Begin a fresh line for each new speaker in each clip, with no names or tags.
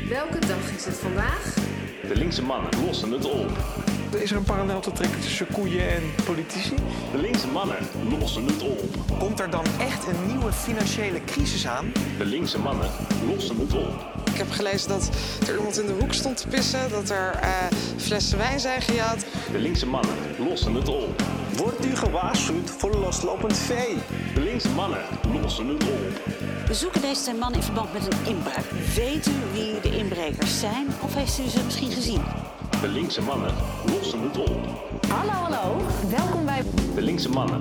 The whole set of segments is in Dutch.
Welke dag is het vandaag?
De linkse mannen lossen het op.
Is er een parallel te trekken tussen koeien en politici?
De linkse mannen lossen het op.
Komt er dan echt een nieuwe financiële crisis aan?
De linkse mannen lossen het op.
Ik heb gelezen dat er iemand in de hoek stond te pissen, dat er flessen wijn zijn gejat.
De linkse mannen lossen het op.
Wordt u gewaarschuwd voor loslopend vee?
De linkse mannen lossen het op.
We zoeken deze twee mannen in verband met een inbraak. Weet u wie de inbrekers zijn of heeft u ze misschien gezien?
De linkse mannen lossen het op.
Hallo. Welkom bij
De linkse mannen.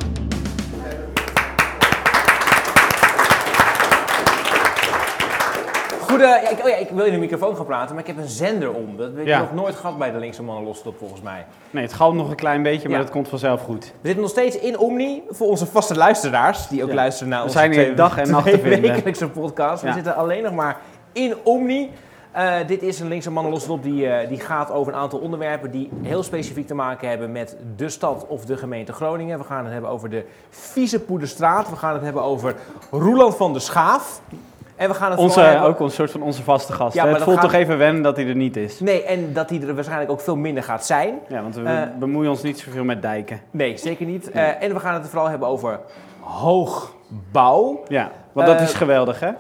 Ik wil in de microfoon gaan praten, maar ik heb een zender om. Dat heb ik nog nooit gehad bij de linkse mannen lost op, volgens mij.
Nee, het galmt nog een klein beetje, maar dat komt vanzelf goed.
We zitten nog steeds in Omni, voor onze vaste luisteraars, die ook luisteren naar onze
hier dag en nacht te vinden.
wekelijkse podcast. We zitten alleen nog maar in Omni. Dit is een linkse mannen lost op die gaat over een aantal onderwerpen die heel specifiek te maken hebben met de stad of de gemeente Groningen. We gaan het hebben over de Viezepoederstraat. We gaan het hebben over Roeland van der Schaaf. En we gaan het
ook een soort van onze vaste gast.
Ja,
het voelt toch even wennen dat hij er niet is.
Nee, en dat hij er waarschijnlijk ook veel minder gaat zijn.
Ja, want we bemoeien ons niet zoveel met dijken.
Nee, zeker niet. En we gaan het vooral hebben over hoogbouw.
Ja, want dat is geweldig, hè?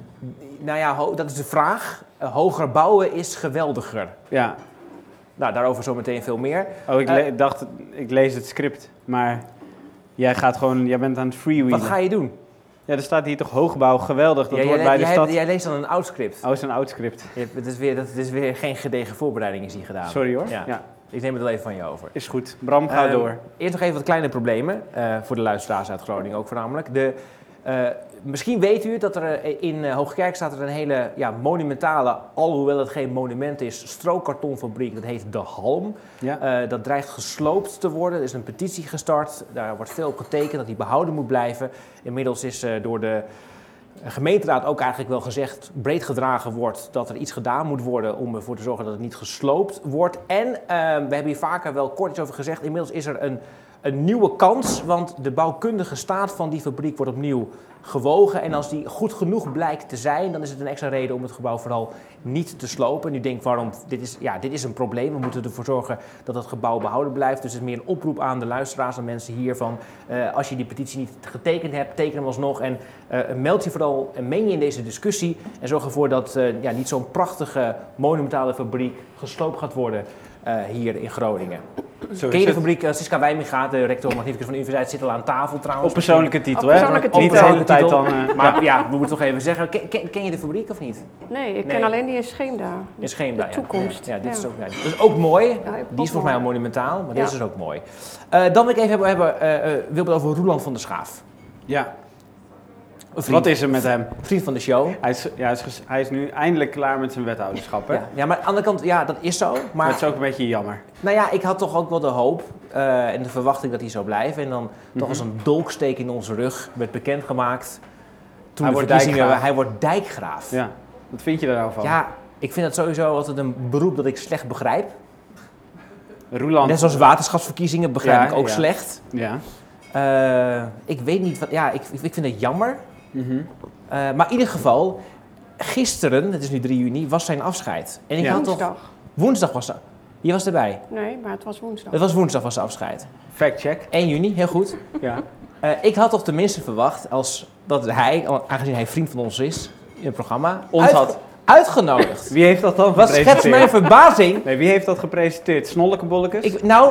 Nou ja, dat is de vraag. Hoger bouwen is geweldiger.
Ja.
Nou, daarover zometeen veel meer.
Oh, ik lees het script, maar jij bent aan het freewheelen.
Wat ga je doen?
Ja, er staat hier toch hoogbouw, geweldig, dat hoort bij de stad.
Jij leest dan een oud script.
Oh, het is een oud script.
Het is weer geen gedegen voorbereiding is hier gedaan.
Sorry hoor.
Ja. Ik neem het wel even van je over.
Is goed. Bram, ga door.
Eerst nog even wat kleine problemen, voor de luisteraars uit Groningen ook voornamelijk. Misschien weet u dat er in Hoogkerk staat er een hele monumentale, alhoewel het geen monument is, strookkartonfabriek. Dat heet De Halm.
Ja.
Dat dreigt gesloopt te worden. Er is een petitie gestart. Daar wordt veel op getekend dat die behouden moet blijven. Inmiddels is door de gemeenteraad ook eigenlijk wel gezegd, breed gedragen wordt, dat er iets gedaan moet worden om ervoor te zorgen dat het niet gesloopt wordt. En we hebben hier vaker wel kort iets over gezegd. Inmiddels is er een nieuwe kans, want de bouwkundige staat van die fabriek wordt opnieuw gewogen. En als die goed genoeg blijkt te zijn, dan is het een extra reden om het gebouw vooral niet te slopen. En u denkt, waarom? Dit is een probleem. We moeten ervoor zorgen dat het gebouw behouden blijft. Dus het is meer een oproep aan de luisteraars, aan mensen hier van, als je die petitie niet getekend hebt, teken hem alsnog en meld je vooral en meng je in deze discussie. En zorg ervoor dat niet zo'n prachtige, monumentale fabriek gesloopt gaat worden hier in Groningen. Ken je de fabriek? Siska Wijminga, de rector magnificus van de universiteit, zit al aan tafel trouwens.
Op persoonlijke titel, hè?
Persoonlijke
Niet de hele tijd dan.
Maar ja, we moeten toch even zeggen, ken je de fabriek of niet?
Nee, ik ken alleen die in Scheemda.
In Scheemda,
de toekomst.
Ja, dit is ook, dat is ook mooi. Die is volgens mij al monumentaal, maar deze is ook mooi. Dan wil ik even hebben over Roeland van der Schaaf.
Ja. Wat is er met hem?
Vriend van de show.
Hij is nu eindelijk klaar met zijn wethouderschap, hè?
Ja, maar aan de andere kant, dat is zo. Maar
het is ook een beetje jammer.
Nou ja, ik had toch ook wel de hoop en de verwachting dat hij zou blijven. En dan toch als een dolksteek in onze rug werd bekendgemaakt. Toen hij wordt dijkgraaf.
Ja, wat vind je daar nou van?
Ja, ik vind dat sowieso altijd een beroep dat ik slecht begrijp.
Roeland.
Net zoals waterschapsverkiezingen begrijp ik ook slecht.
Ja.
Ik weet niet wat. Ja, ik vind het jammer. Maar in ieder geval, gisteren, het is nu 3 juni, was zijn afscheid. En ik had
woensdag.
Woensdag was dat. Je was erbij?
Nee, maar het was woensdag.
Het was woensdag was de afscheid.
Fact check.
1 juni, heel goed.
Ja.
Ik had toch tenminste verwacht dat hij, aangezien hij vriend van ons is in het programma,
ons had
uitgenodigd.
Wie heeft dat dan
gepresenteerd? Wat schetst mijn verbazing?
Nee, wie heeft dat gepresenteerd? Snollekebollekes?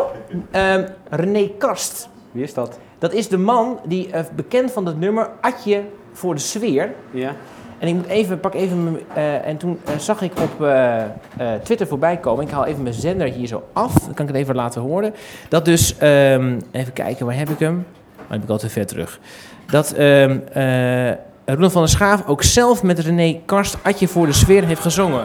René Karst.
Wie is dat?
Dat is de man die bekend van het nummer Atje voor de sfeer.
Ja.
En ik moet pak even en toen zag ik op Twitter voorbij komen. Ik haal even mijn zender hier zo af. Dan kan ik het even laten horen. Dat dus, even kijken, waar heb ik hem? Oh, heb ik al te ver terug. Dat Roeland van der Schaaf ook zelf met René Karst Atje voor de sfeer heeft gezongen.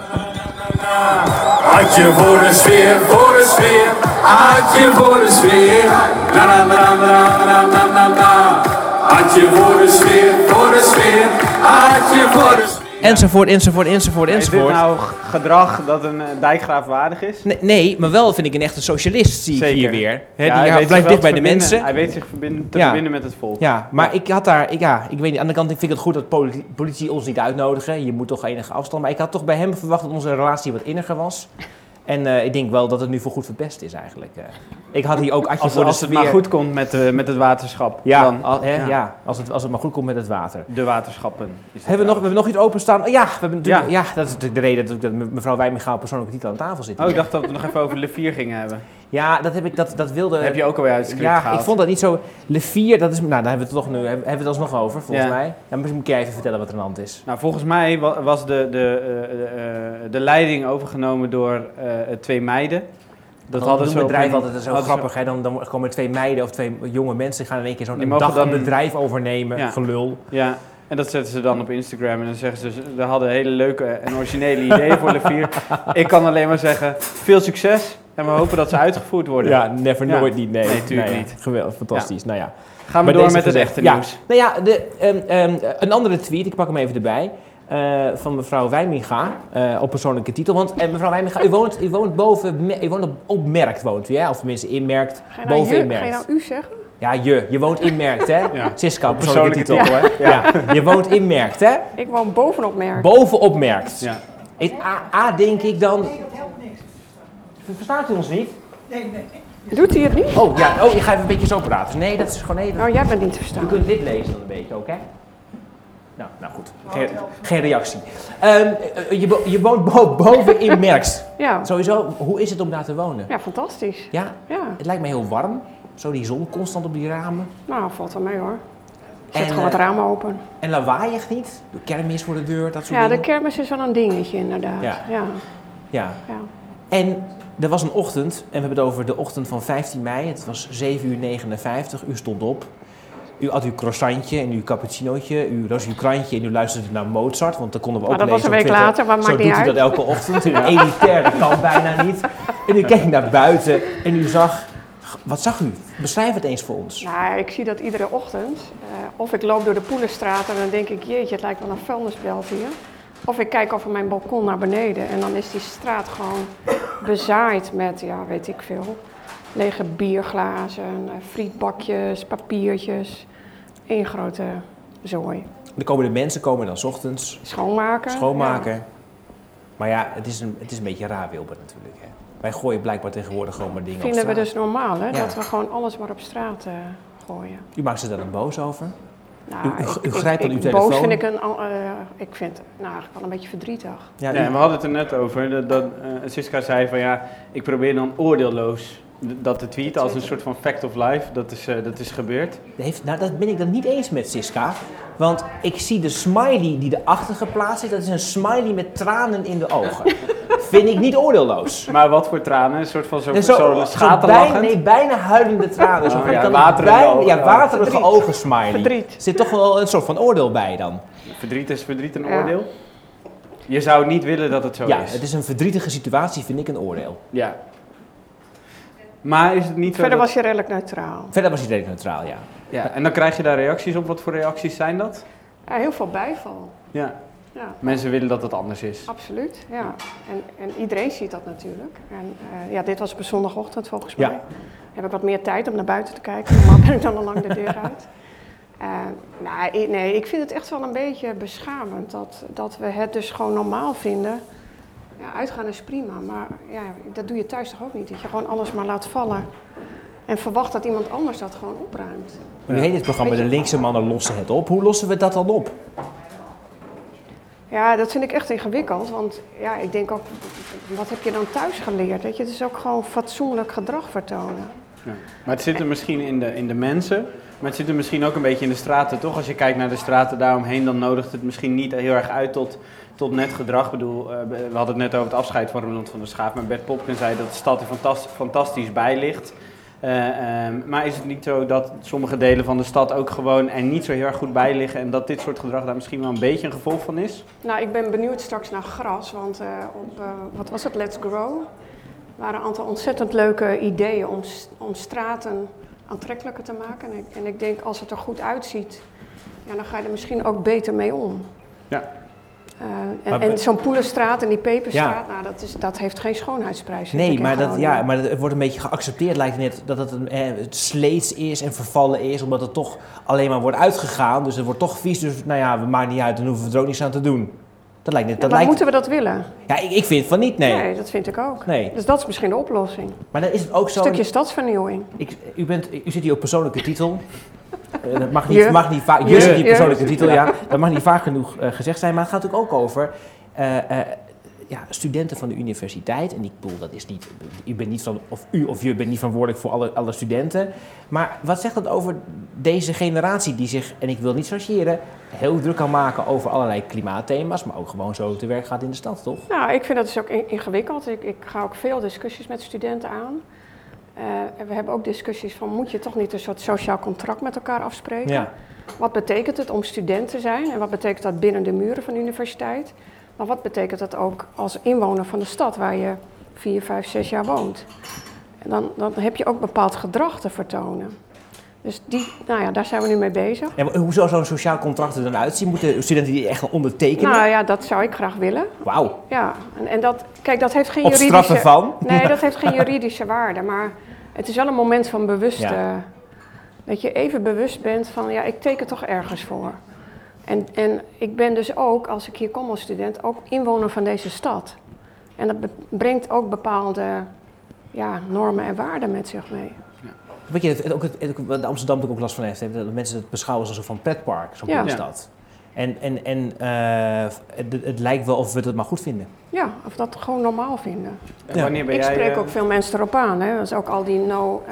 Atje voor de sfeer, voor de sfeer. Atje voor de sfeer. Na na na na na na na na. Atje voor de sfeer, voor de sfeer. Atje voor de sfeer.
Enzovoort.
Is dit nou gedrag dat een dijkgraaf waardig is?
Nee, maar wel vind ik een echte socialist, zie ik
Zeker.
hier weer. Hè,
Ja,
die
hij
blijft dicht bij de
verbinden.
mensen.
Hij weet zich te verbinden met het volk.
Ja, maar ik had daar, ik weet niet, aan de andere kant vind ik het goed dat politici ons niet uitnodigen. Je moet toch enige afstand. Maar ik had toch bij hem verwacht dat onze relatie wat inniger was. En ik denk wel dat het nu voorgoed verpest is eigenlijk. Ik had hier ook Adje voor de
Als het
sfeer.
maar goed komt met het waterschap.
Ja,
Dan,
als het maar goed komt met het water.
De waterschappen.
Hebben we nog iets openstaan? Ja, we hebben natuurlijk, dat is natuurlijk de reden dat mevrouw Wijminga persoonlijke titel aan tafel zit.
Oh, ik dacht dat we het nog even over Levier gingen hebben.
Ja, dat wilde...
Heb je ook alweer uit het script gehaald?
Ik vond dat niet zo... Levier, dat is... Nou, daar hebben we het toch nu... Hebben we het alsnog over, volgens mij. Ja, misschien moet jij even vertellen wat er aan de hand is.
Nou, volgens mij was de leiding overgenomen door 2 meiden. Dat hadden ze
bedrijf altijd zo grappig, hè? Dan komen 2 meiden of 2 jonge mensen... die gaan in één keer zo'n dag een bedrijf overnemen, gelul.
Ja. En dat zetten ze dan op Instagram en dan zeggen ze, we hadden hele leuke en originele ideeën voor Levier. Ik kan alleen maar zeggen, veel succes en we hopen dat ze uitgevoerd worden.
Ja, nooit niet. Nee,
natuurlijk niet.
Geweldig, fantastisch. Ja. Nou ja.
Gaan we door met het echte nieuws.
Nou ja, een andere tweet, ik pak hem even erbij, van mevrouw Wijminga op persoonlijke titel. Want mevrouw Wijminga, u woont op Merkt, woont u, hè? Of tenminste in Merkt, boven in Merkt.
Ga je nou u zeggen?
Ja, je woont in Merkt, hè?
Ja.
Siska, op persoonlijke titel,
hoor.
Ja. Je woont in Merkt, hè?
Ik woon bovenop Merkt.
Bovenop Merkt.
Ja.
Denk ik dan... Verstaat u ons niet?
Nee. Doet hij het niet?
Oh, ja. Oh, ik ga even een beetje zo praten. Nee, dat is gewoon... Nee,
Nou, jij bent niet te verstaan.
U kunt dit lezen dan een beetje ook, hè? Nou goed. Geen reactie. Je woont boven in Merkt.
Ja.
Sowieso, hoe is het om daar te wonen?
Ja, fantastisch.
Ja?
Ja.
Het lijkt me heel warm. Zo die zon constant op die ramen.
Nou, valt wel mee hoor. Zet
En,
gewoon het raam open.
En lawaaiig niet? De kermis voor de deur, dat soort
Ja, de
dingen?
kermis is wel een dingetje inderdaad.
Ja. Ja. En er was een ochtend, en we hebben het over de ochtend van 15 mei. Het was 7:59. U stond op. U had uw croissantje en uw cappuccinootje. U las uw krantje en u luisterde naar Mozart. Want dat konden we ook
Maar dat
lezen
was een
op
week
Twitter.
later, maar
Zo
maakt
doet
niet
u
uit.
dat elke ochtend. Een elitaire kan bijna niet. En u keek naar buiten en u zag... Wat zag u? Beschrijf het eens voor ons.
Nou, ik zie dat iedere ochtend. Of ik loop door de Poelenstraat en dan denk ik, jeetje, het lijkt wel een vuilnisbelt hier. Of ik kijk over mijn balkon naar beneden en dan is die straat gewoon bezaaid met, ja, weet ik veel, lege bierglazen, frietbakjes, papiertjes. Eén grote zooi.
De komende mensen komen dan 's ochtends
Schoonmaken.
Ja. Maar ja, het is een beetje raar Wilbert natuurlijk. Hè. Wij gooien blijkbaar tegenwoordig gewoon maar dingen op
Vinden
straat.
we dus normaal, hè?
Ja.
Dat we gewoon alles maar op straat gooien.
U maakt ze daar dan boos over?
Nou,
U grijpt aan uw telefoon?
Boos vind ik vind het eigenlijk wel een beetje verdrietig.
Ja, en we hadden het er net over. Siska zei van ja, ik probeer dan oordeelloos dat te tweeten als een soort van fact of life. Dat is gebeurd.
Dat ben ik dan niet eens met Siska. Want ik zie de smiley die erachter geplaatst is. Dat is een smiley met tranen in de ogen. Vind ik niet oordeelloos.
Maar wat voor tranen? Een soort van zo schaterlachend?
Bijna huilende tranen. Waterige ogen smiley.
Verdriet.
Er zit toch wel een soort van oordeel bij dan.
Verdriet is verdriet een oordeel? Je zou niet willen dat het zo is.
Ja, het is een verdrietige situatie, vind ik een oordeel.
Ja. Maar is het niet zo
Verder was je redelijk neutraal.
Verder was hij redelijk neutraal, ja.
Ja, en dan krijg je daar reacties op. Wat voor reacties zijn dat?
Ja, heel veel bijval.
Ja.
Ja.
Mensen willen dat het anders is.
Absoluut, ja. En iedereen ziet dat natuurlijk. En dit was op een zondagochtend volgens mij. Heb ik wat meer tijd om naar buiten te kijken. Normaal ben ik dan al lang de deur uit. Nee, ik vind het echt wel een beetje beschamend dat we het dus gewoon normaal vinden. Ja, uitgaan is prima, maar ja, dat doe je thuis toch ook niet? Dat je gewoon alles maar laat vallen en verwacht dat iemand anders dat gewoon opruimt.
Nu heet het programma De Linkse Mannen lossen het op. Hoe lossen we dat dan op?
Ja, dat vind ik echt ingewikkeld, want ja, ik denk ook, wat heb je dan thuis geleerd? Weet je? Het is ook gewoon fatsoenlijk gedrag vertonen.
Ja. Maar het zit er misschien in de mensen, maar het zit er misschien ook een beetje in de straten, toch? Als je kijkt naar de straten daaromheen, dan nodigt het misschien niet heel erg uit tot net gedrag. Ik bedoel, we hadden het net over het afscheid van Roeland van der Schaaf, maar Bert Popken zei dat de stad er fantastisch bij ligt. Maar is het niet zo dat sommige delen van de stad ook gewoon er niet zo heel erg goed bij liggen en dat dit soort gedrag daar misschien wel een beetje een gevolg van is?
Nou, ik ben benieuwd straks naar Gras, want wat was het, Let's Grow? Er waren een aantal ontzettend leuke ideeën om straten aantrekkelijker te maken. En ik denk, als het er goed uitziet, ja, dan ga je er misschien ook beter mee om.
Ja.
En zo'n Poelenstraat en die Peperstraat, dat heeft geen schoonheidsprijs.
Nee, maar het wordt een beetje geaccepteerd, lijkt het net, dat het sleets is en vervallen is, omdat het toch alleen maar wordt uitgegaan. Dus het wordt toch vies, dus we maken niet uit, dan hoeven we er ook niets aan te doen. Dat lijkt net.
Moeten we dat willen?
Ja, ik vind van niet, nee.
Nee, dat vind ik ook.
Nee.
Dus dat is misschien de oplossing.
Maar dan is het ook zo.
Een stukje stadsvernieuwing.
U zit hier op persoonlijke titel. Dat mag niet vaak. Je zit hier persoonlijke titel, ja. Dat mag niet vaak genoeg gezegd zijn. Maar het gaat natuurlijk ook over studenten van de universiteit. En ik bedoel, dat is niet. U bent niet je bent niet verantwoordelijk voor alle studenten. Maar wat zegt dat over deze generatie die zich, en ik wil niet chargeren, heel druk kan maken over allerlei klimaatthema's, maar ook gewoon zo te werk gaat in de stad, toch?
Nou, ik vind dat dus ook ingewikkeld. Ik ga ook veel discussies met studenten aan. En we hebben ook discussies van, moet je toch niet een soort sociaal contract met elkaar afspreken?
Ja.
Wat betekent het om student te zijn en wat betekent dat binnen de muren van de universiteit? Maar wat betekent dat ook als inwoner van de stad waar je 4, 5, 6 jaar woont? En dan heb je ook bepaald gedrag te vertonen. Dus daar zijn we nu mee bezig.
En hoe zou zo'n sociaal contract er dan uitzien? Moeten studenten die echt gaan ondertekenen?
Nou ja, dat zou ik graag willen.
Wauw.
Ja, en dat heeft geen
op
juridische...
straffen van?
Nee, dat heeft geen juridische waarde, maar het is wel een moment van bewust... dat je even bewust bent van, ik teken toch ergens voor. En ik ben dus ook, als ik hier kom als student, ook inwoner van deze stad. En dat brengt ook bepaalde normen en waarden met zich mee.
Weet je, wat Amsterdam natuurlijk ook last van heeft, dat mensen het beschouwen als een soort van pretpark, zo'n binnenstad. En het lijkt wel of we het maar goed vinden. Ja, of dat gewoon normaal vinden. Ik spreek ook veel mensen erop aan. Hè. Dat is ook al die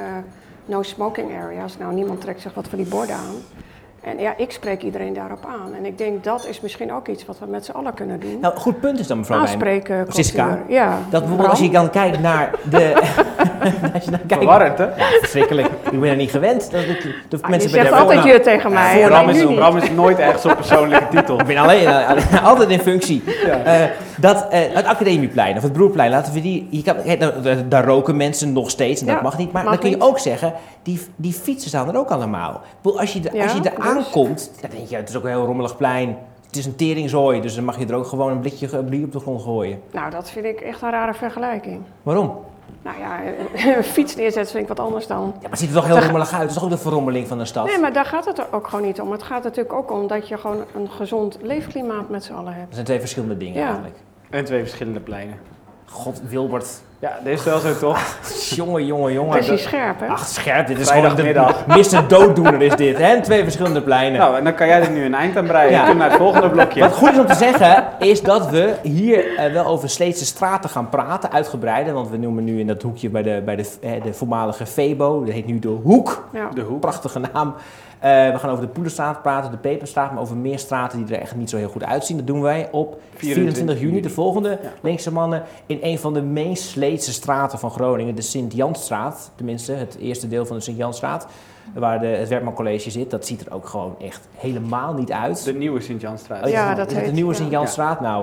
no smoking areas. Nou, niemand trekt zich wat van die borden aan. En ik spreek iedereen daarop aan. En ik denk dat is misschien ook iets wat we met z'n allen kunnen doen. Nou, goed punt is dan, mevrouw
Aanspreken,
Siska.
Ja.
Dat bijvoorbeeld als je dan kijkt naar de...
Verwarrend, hè?
Ja, verschrikkelijk. Ik ben er niet gewend. Dat mensen
je zegt altijd je tegen mij.
Bram is nooit ergens op persoonlijke titel.
Ik ben altijd in functie. Ja. Het Academieplein of het Broerplein, laten we die... Daar roken mensen nog steeds en dat mag niet. Maar dan kun je ook zeggen, die fietsen staan er ook allemaal. Als je er aankomt, dan denk je, het is ook een heel rommelig plein. Het is een teringzooi, dus dan mag je er ook gewoon een blikje bier op de grond gooien. Nou, dat vind ik echt een rare vergelijking. Waarom? Nou ja, een fiets neerzetten vind ik wat anders dan. Ja, maar het ziet er toch heel rommelig uit? Het is toch ook de verrommeling van een stad? Nee, maar daar gaat het er ook gewoon niet om. Het gaat natuurlijk ook om dat je gewoon een gezond leefklimaat met z'n allen hebt. Dat zijn twee verschillende dingen eigenlijk.
En twee verschillende pleinen.
God, Wilbert.
Ja, dit is wel zo toch?
Jongen.
Het is niet scherp, hè?
Ach, scherp. Dit is gewoon de Mr. Dooddoener is dit, hè? Twee verschillende pleinen.
Nou, en dan kan jij er nu een eind aan breien. Je kunt naar het volgende blokje.
Wat goed is om te zeggen, is dat we hier wel over Sleetse straten gaan praten, uitgebreider. Want we noemen nu in dat hoekje bij de voormalige Febo, dat heet nu de Hoek. Ja. De Hoek. Prachtige naam. We gaan over de Poelenstraat praten, de Peperstraat, maar over meer straten die er echt niet zo heel goed uitzien. Dat doen wij op 24 juni, de volgende Linkse Mannen, in een van de meest Sleetse straten van Groningen, de Sint-Jansstraat. Tenminste, het eerste deel van de Sint-Jansstraat, waar het Werkman College zit. Dat ziet er ook gewoon echt helemaal niet uit.
De nieuwe Sint-Jansstraat.
Dat heet de nieuwe Sint-Jansstraat. Nou,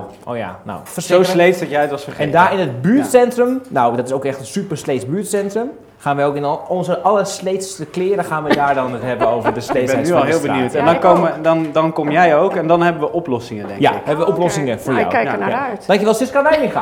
zo Sleets dat jij het was vergeten.
En daar in het buurtcentrum, dat is ook echt een super Sleets buurtcentrum. Gaan we ook in onze allersleetste kleren gaan we daar dan het hebben over de sleetsheid van de straat. Ik ben nu al heel benieuwd. En dan kom jij ook en dan hebben we oplossingen, denk ik. Ja, hebben we oplossingen voor jou.
Ik kijk er naar uit.
Dankjewel, Siska Wijninga.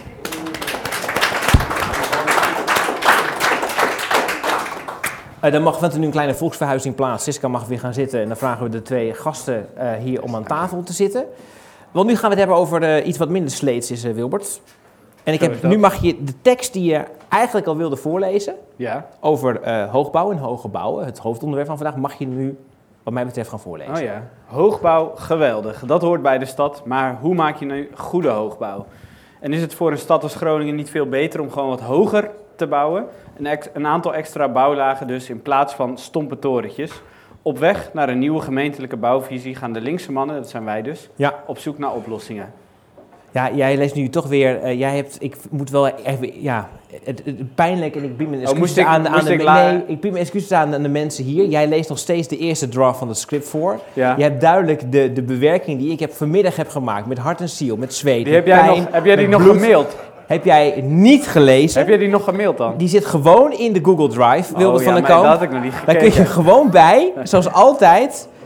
Dan vindt er nu een kleine volksverhuizing plaats. Siska mag weer gaan zitten en dan vragen we de twee gasten hier om aan tafel te zitten. Want nu gaan we het hebben over iets wat minder sleets is, Wilbert. En nu mag je de tekst die je eigenlijk al wilde voorlezen, over hoogbouw en hoge bouwen, het hoofdonderwerp van vandaag, mag je nu wat mij betreft gaan voorlezen.
Oh ja, hoogbouw, geweldig. Dat hoort bij de stad, maar hoe maak je nu goede hoogbouw? En is het voor een stad als Groningen niet veel beter om gewoon wat hoger te bouwen? Een aantal extra bouwlagen dus in plaats van stompe torentjes. Op weg naar een nieuwe gemeentelijke bouwvisie gaan de linkse mannen, dat zijn wij dus, op zoek naar oplossingen.
Ja, jij leest nu toch weer. Ik moet wel even. Ja, het pijnlijk en ik bied mijn excuses ik bied mijn excuses aan de mensen hier. Jij leest nog steeds de eerste draft van het script voor. Ja. Je hebt duidelijk de bewerking die ik vanmiddag heb gemaakt met hart en ziel, met zweet.
Heb jij die nog gemaild?
Heb jij niet gelezen?
Heb jij die nog gemaild dan?
Die zit gewoon in de Google Drive. Wilbert van der Kamp.
Dat had ik nog niet gekeken.
Daar kun je gewoon bij, zoals altijd.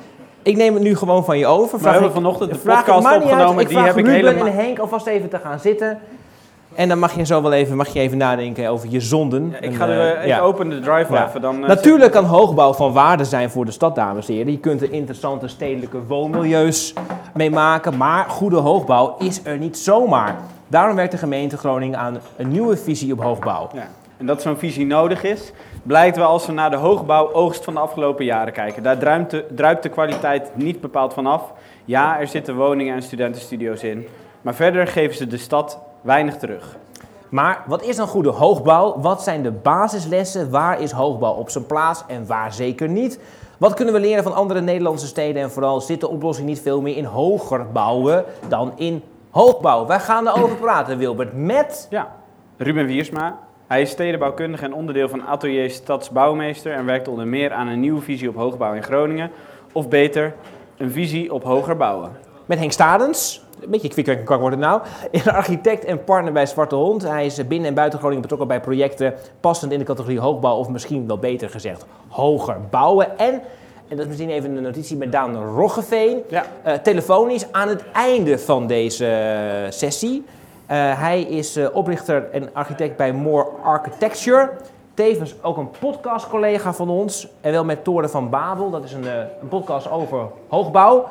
Ik neem het nu gewoon van je over.
We hebben vanochtend de podcast opgenomen.
Ik vraag Ruben en Henk alvast even te gaan zitten. En dan mag je zo wel even nadenken over je zonden.
Ja, ik open de drive even. Dan,
natuurlijk kan hoogbouw van waarde zijn voor de stad, dames en heren. Je kunt er interessante stedelijke woonmilieus mee maken. Maar goede hoogbouw is er niet zomaar. Daarom werkt de gemeente Groningen aan een nieuwe visie op hoogbouw.
Ja. En dat zo'n visie nodig is, blijkt wel als we naar de hoogbouwoogst van de afgelopen jaren kijken. Daar druipt de kwaliteit niet bepaald vanaf. Ja, er zitten woningen en studentenstudio's in. Maar verder geven ze de stad weinig terug.
Maar wat is dan goede hoogbouw? Wat zijn de basislessen? Waar is hoogbouw op zijn plaats en waar zeker niet? Wat kunnen we leren van andere Nederlandse steden? En vooral zit de oplossing niet veel meer in hoger bouwen dan in hoogbouw? Wij gaan erover praten, Wilbert, met...
Ja, Ruben Wiersma. Hij is stedenbouwkundige en onderdeel van Atelier Stadsbouwmeester en werkt onder meer aan een nieuwe visie op hoogbouw in Groningen. Of beter, een visie op hoger bouwen.
Met Henk Stadens, een beetje kwikwerk wordt het nou, is een architect en partner bij Zwarte Hond. Hij is binnen en buiten Groningen betrokken bij projecten passend in de categorie hoogbouw of misschien wel beter gezegd hoger bouwen. En dat is misschien even een notitie met Daan Roggeveen, telefonisch aan het einde van deze sessie. Hij is oprichter en architect bij More Architecture. Tevens ook een podcastcollega van ons. En wel met Toren van Babel. Dat is een podcast over hoogbouw.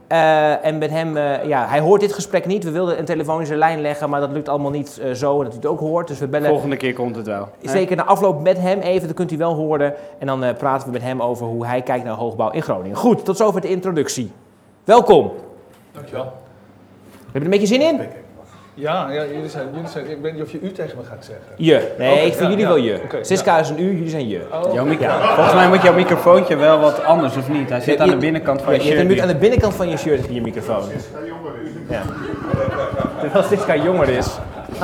En met hem, hij hoort dit gesprek niet. We wilden een telefonische lijn leggen, maar dat lukt allemaal niet zo. Dat u het ook hoort. Dus we bellen.
Volgende keer komt het wel.
Zeker na afloop met hem even, dat kunt u wel horen. En dan praten we met hem over hoe hij kijkt naar hoogbouw in Groningen. Goed, tot zover de introductie. Welkom.
Dankjewel.
Heb je er een beetje zin in?
Ja, jullie zijn, ik weet niet of je u tegen me gaat zeggen.
Je. Nee, ik vind jullie wel je.
Okay,
Siska is een u, jullie zijn je.
Volgens mij moet jouw microfoontje wel wat anders, of niet? Hij zit aan de binnenkant van je shirt.
Je hebt aan de binnenkant van je shirt je microfoon. Ja. Terwijl Siska jonger is.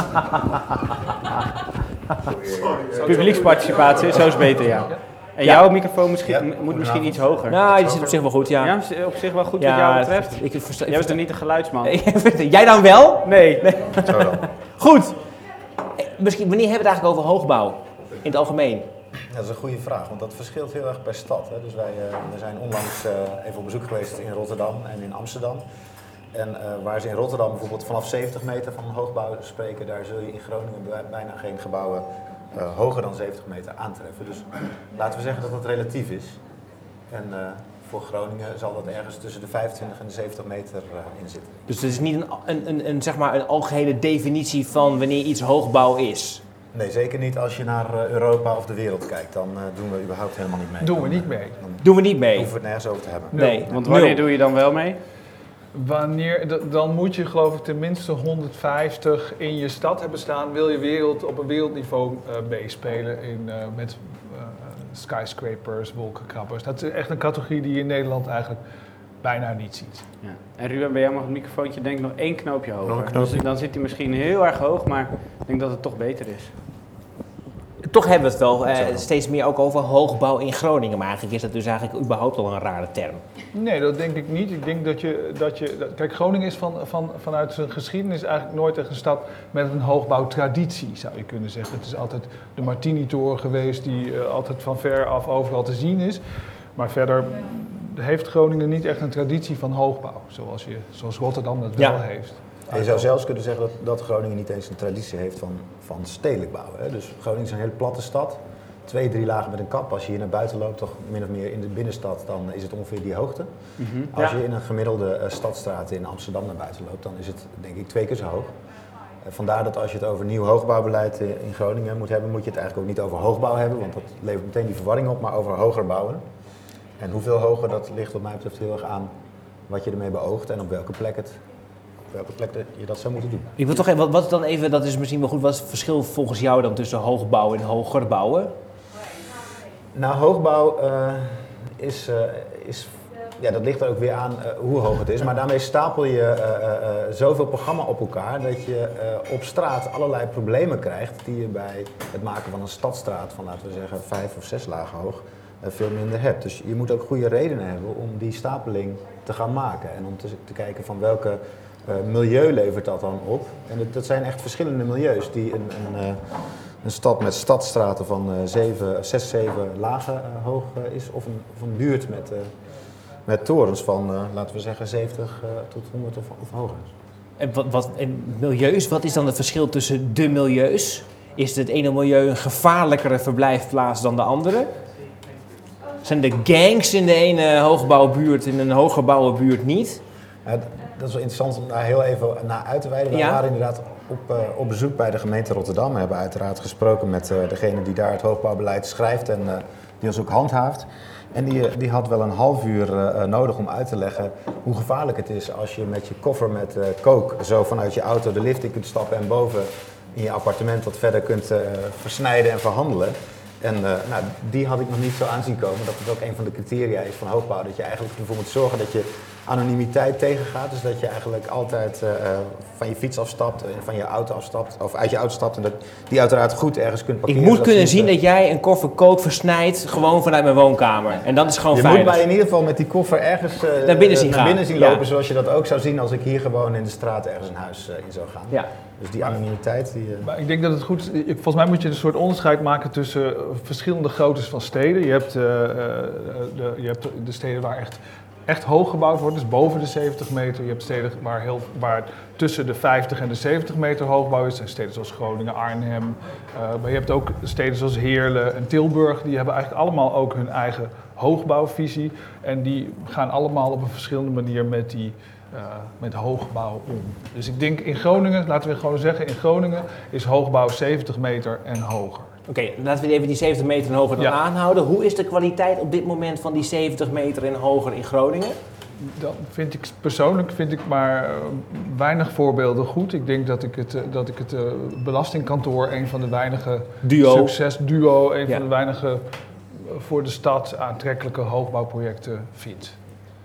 Publieksparticipatie, zo is beter, ja. En jouw microfoon moet misschien iets hoger.
Nou, die zit op zich wel goed, ja.
Ja, op zich wel goed wat jou betreft. Jij bent er niet de geluidsman.
Jij dan wel?
Nee.
Zo dan.
Goed. Misschien, wanneer hebben we het eigenlijk over hoogbouw in het algemeen?
Ja, dat is een goede vraag, want dat verschilt heel erg per stad. Hè. Dus we zijn onlangs even op bezoek geweest in Rotterdam en in Amsterdam. En waar ze in Rotterdam bijvoorbeeld vanaf 70 meter van hoogbouw spreken, daar zul je in Groningen bijna geen gebouwen hoger dan 70 meter aantreffen. Dus laten we zeggen dat dat relatief is. En voor Groningen zal dat ergens tussen de 25 en de 70 meter in zitten.
Dus het is niet een algehele definitie van wanneer iets hoogbouw is?
Nee, zeker niet als je naar Europa of de wereld kijkt. Dan doen we überhaupt helemaal niet mee.
Doen we niet mee.
Doen we niet mee?
Hoeven we het nergens over te hebben.
Nee.
Want wanneer doe je dan wel mee?
Dan moet je geloof ik tenminste 150 in je stad hebben staan. Wil je op een wereldniveau meespelen met skyscrapers, wolkenkrabbers. Dat is echt een categorie die je in Nederland eigenlijk bijna niet ziet.
Ja. En Ruben, bij jou mag het microfoontje denk ik nog 1 knoopje hoger.
Nog een knoopje.
Dus dan zit hij misschien heel erg hoog, maar ik denk dat het toch beter is.
Toch hebben we het wel steeds meer ook over hoogbouw in Groningen. Maar eigenlijk is dat dus eigenlijk überhaupt al een rare term.
Nee, dat denk ik niet. Ik denk kijk, Groningen is vanuit zijn geschiedenis eigenlijk nooit echt een stad met een hoogbouwtraditie, zou je kunnen zeggen. Het is altijd de Martini-toren geweest die altijd van ver af overal te zien is. Maar verder heeft Groningen niet echt een traditie van hoogbouw, zoals Rotterdam dat wel heeft.
En je zou zelfs kunnen zeggen dat Groningen niet eens een traditie heeft van stedelijk bouwen. Hè? Dus Groningen is een hele platte stad. 2-3 lagen met een kap. Als je hier naar buiten loopt, toch min of meer in de binnenstad, dan is het ongeveer die hoogte. Mm-hmm. Als je in een gemiddelde stadstraat in Amsterdam naar buiten loopt, dan is het denk ik 2 keer zo hoog. Vandaar dat als je het over nieuw hoogbouwbeleid in Groningen moet hebben, moet je het eigenlijk ook niet over hoogbouw hebben, want dat levert meteen die verwarring op, maar over hoger bouwen. En hoeveel hoger, dat ligt wat mij betreft heel erg aan wat je ermee beoogt en op welke plek je dat zou moeten doen.
Ik wil toch even, wat dan even, dat is misschien wel goed, wat is het verschil volgens jou dan tussen hoogbouw en hoger bouwen?
Nou, hoogbouw dat ligt er ook weer aan hoe hoog het is, maar daarmee stapel je zoveel programma op elkaar dat je op straat allerlei problemen krijgt die je bij het maken van een stadstraat van, laten we zeggen, 5 of 6 lagen hoog veel minder hebt. Dus je moet ook goede redenen hebben om die stapeling te gaan maken en om te kijken van welke milieu levert dat dan op. En dat zijn echt verschillende milieus die een stad met stadstraten van 6, 7 lagen hoog is of een buurt met met torens van, laten we zeggen, 70 tot 100 of hoger.
En milieus, wat is dan het verschil tussen de milieus? Is het ene milieu een gevaarlijkere verblijfplaats dan de andere? Zijn de gangs in de ene hoogbouwbuurt en in een hooggebouwenbuurt niet?
Dat is wel interessant om daar heel even naar uit te wijden. We waren inderdaad op bezoek bij de gemeente Rotterdam. We hebben uiteraard gesproken met degene die daar het hoogbouwbeleid schrijft en die ons ook handhaaft. En die had wel een half uur nodig om uit te leggen hoe gevaarlijk het is als je met je koffer met coke zo vanuit je auto de lift in kunt stappen en boven in je appartement wat verder kunt versnijden en verhandelen. En die had ik nog niet zo aanzien komen. Dat het ook een van de criteria is van hoogbouw. Dat je eigenlijk ervoor moet zorgen dat je anonimiteit tegengaat. Dus dat je eigenlijk altijd van je fiets afstapt, van je auto afstapt, of uit je auto stapt. En dat die uiteraard goed ergens kunt parkeren.
Ik moet kunnen zien dat jij een koffer coke versnijdt gewoon vanuit mijn woonkamer. En dat is gewoon veilig.
Je moet mij in ieder geval met die koffer ergens
naar binnen zien
lopen. Zoals je dat ook zou zien als ik hier gewoon in de straat ergens een huis in zou gaan.
Ja.
Dus die anonimiteit.
Maar ik denk dat het goed is. Volgens mij moet je een soort onderscheid maken tussen verschillende groottes van steden. Je hebt de steden waar echt hoog gebouwd wordt, dus boven de 70 meter. Je hebt steden waar tussen de 50 en de 70 meter hoogbouw is. Dat zijn steden zoals Groningen, Arnhem. Maar je hebt ook steden zoals Heerlen en Tilburg. Die hebben eigenlijk allemaal ook hun eigen hoogbouwvisie. En die gaan allemaal op een verschillende manier met hoogbouw om. Dus ik denk in Groningen, laten we gewoon zeggen, in Groningen is hoogbouw 70 meter en hoger.
Oké, laten we even die 70 meter en hoger dan aanhouden. Hoe is de kwaliteit op dit moment van die 70 meter en hoger in Groningen?
Dan persoonlijk vind ik maar weinig voorbeelden goed. Ik denk dat ik het belastingkantoor een van de weinige succesduo, een van de weinige voor de stad aantrekkelijke hoogbouwprojecten vind.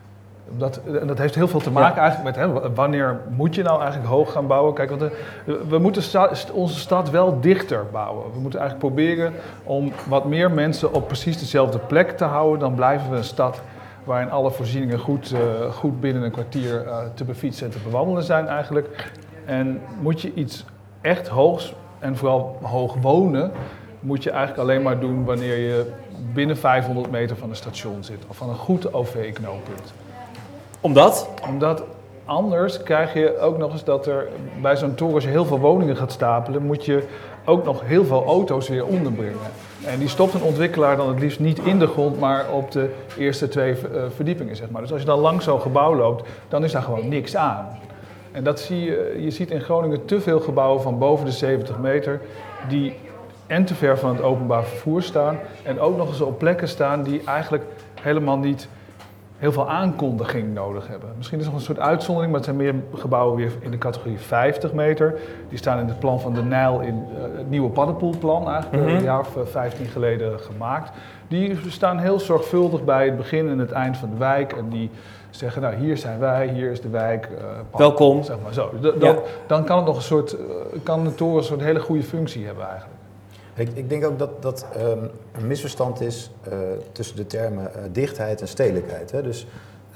Dat heeft heel veel te maken eigenlijk met wanneer moet je nou eigenlijk hoog gaan bouwen. Kijk, want we moeten onze stad wel dichter bouwen. We moeten eigenlijk proberen om wat meer mensen op precies dezelfde plek te houden. Dan blijven we een stad waarin alle voorzieningen goed binnen een kwartier te befietsen en te bewandelen zijn eigenlijk. En moet je iets echt hoogs en vooral hoog wonen, moet je eigenlijk alleen maar doen wanneer je binnen 500 meter van een station zit of van een goed OV-knooppunt.
Omdat?
Omdat anders krijg je ook nog eens dat er bij zo'n toren, als je heel veel woningen gaat stapelen, moet je ook nog heel veel auto's weer onderbrengen. En die stopt een ontwikkelaar dan het liefst niet in de grond, maar op de eerste 2 verdiepingen, zeg maar. Dus als je dan langs zo'n gebouw loopt, dan is daar gewoon niks aan. En dat zie je ziet in Groningen te veel gebouwen van boven de 70 meter die en te ver van het openbaar vervoer staan en ook nog eens op plekken staan die eigenlijk helemaal niet heel veel aankondiging nodig hebben. Misschien is er nog een soort uitzondering, maar het zijn meer gebouwen weer in de categorie 50 meter. Die staan in het plan van de Nijl in het nieuwe paddenpoelplan, eigenlijk een jaar of 15 geleden gemaakt. Die staan heel zorgvuldig bij het begin en het eind van de wijk en die zeggen, nou hier zijn wij, hier is de wijk.
Welkom.
Zeg maar zo. Dan kan het nog kan de toren een soort hele goede functie hebben eigenlijk.
Ik denk ook dat een misverstand is tussen de termen dichtheid en stedelijkheid. Hè? Dus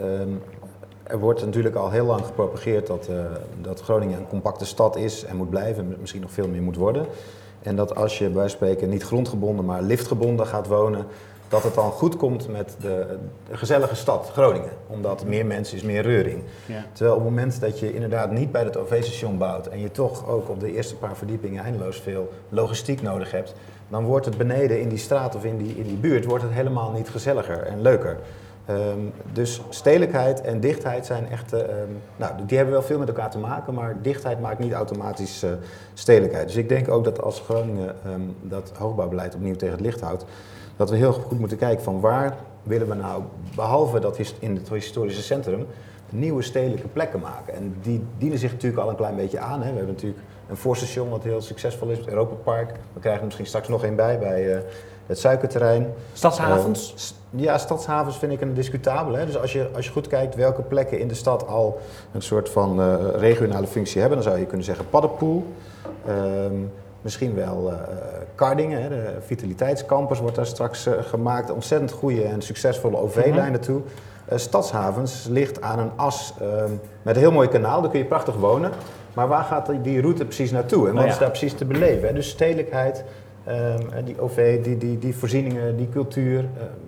er wordt natuurlijk al heel lang gepropageerd dat Groningen een compacte stad is en moet blijven, misschien nog veel meer moet worden. En dat als je bij wijze van spreken niet grondgebonden, maar liftgebonden gaat wonen, dat het dan goed komt met de gezellige stad Groningen. Omdat meer mensen is meer reuring. Ja. Terwijl op het moment dat je inderdaad niet bij het OV-station bouwt en je toch ook op de eerste paar verdiepingen eindeloos veel logistiek nodig hebt, dan wordt het beneden in die straat of in die buurt wordt het helemaal niet gezelliger en leuker. Dus stedelijkheid en dichtheid zijn echt, die hebben wel veel met elkaar te maken, maar dichtheid maakt niet automatisch stedelijkheid. Dus ik denk ook dat als Groningen dat hoogbouwbeleid opnieuw tegen het licht houdt, dat we heel goed moeten kijken van waar willen we nou, behalve dat in het historische centrum, nieuwe stedelijke plekken maken. En die dienen zich natuurlijk al een klein beetje aan. Hè. We hebben natuurlijk een voorstation wat heel succesvol is, het Europa Park. We krijgen er misschien straks nog één bij het suikerterrein.
Stadshavens?
Ja, stadshavens vind ik een discutabel. Hè. Dus als je goed kijkt welke plekken in de stad al een soort van regionale functie hebben, dan zou je kunnen zeggen Paddenpoel. Misschien wel Kardingen, de vitaliteitscampus wordt daar straks gemaakt. Ontzettend goede en succesvolle OV-lijn naartoe. Stadshavens ligt aan een as met een heel mooi kanaal, daar kun je prachtig wonen. Maar waar gaat die route precies naartoe en wat is daar precies te beleven? Hè? Dus stedelijkheid, die OV, die voorzieningen, die cultuur.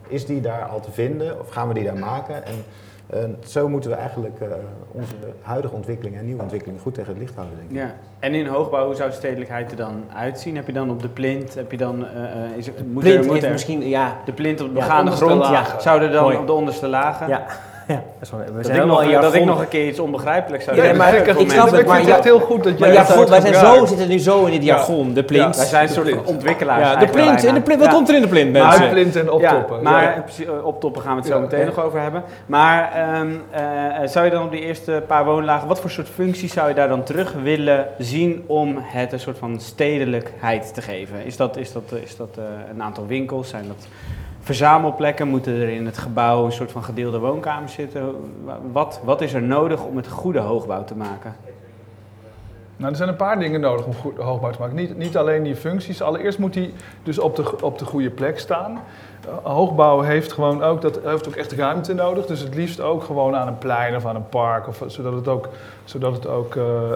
is die daar al te vinden of gaan we die daar maken? En zo moeten we eigenlijk onze huidige ontwikkelingen en nieuwe ontwikkelingen goed tegen het licht houden, denk ik.
Ja. En in hoogbouw, hoe zou stedelijkheid er dan uitzien? Heb je dan op de plint, heb je dan...
misschien, ja...
De plint op de begaande grond, zouden dan op de onderste lagen...
Ja. Ja, dat
ik nog een keer iets onbegrijpelijks zou
zeggen.
Ik snap het, maar het heel goed dat jij
wij zitten nu zo in dit jargon, de plint.
Wij zijn een soort ontwikkelaars.
Ja, de plint, wat komt er in de plint, mensen?
Uitplint en optoppen.
Optoppen gaan we het zo meteen nog over hebben. Maar zou je dan op die eerste paar woonlagen, wat voor soort functies zou je daar dan terug willen zien om het een soort van stedelijkheid te geven? Is dat een aantal winkels? Zijn dat verzamelplekken? Moeten er in het gebouw een soort van gedeelde woonkamers zitten? Wat is er nodig om het goede hoogbouw te maken?
Nou, er zijn een paar dingen nodig om goed hoogbouw te maken. Niet alleen die functies. Allereerst moet die dus op de goede plek staan. Hoogbouw heeft gewoon ook, dat heeft ook echt ruimte nodig. Dus het liefst ook gewoon aan een plein of aan een park. Zodat het ook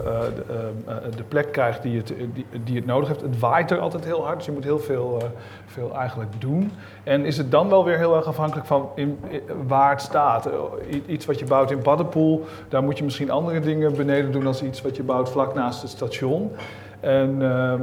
de plek krijgt die het nodig heeft. Het waait er altijd heel hard, dus je moet heel veel eigenlijk doen. En is het dan wel weer heel erg afhankelijk van waar het staat. Iets wat je bouwt in Paddepoel, daar moet je misschien andere dingen beneden doen dan iets wat je bouwt vlak naast het station. En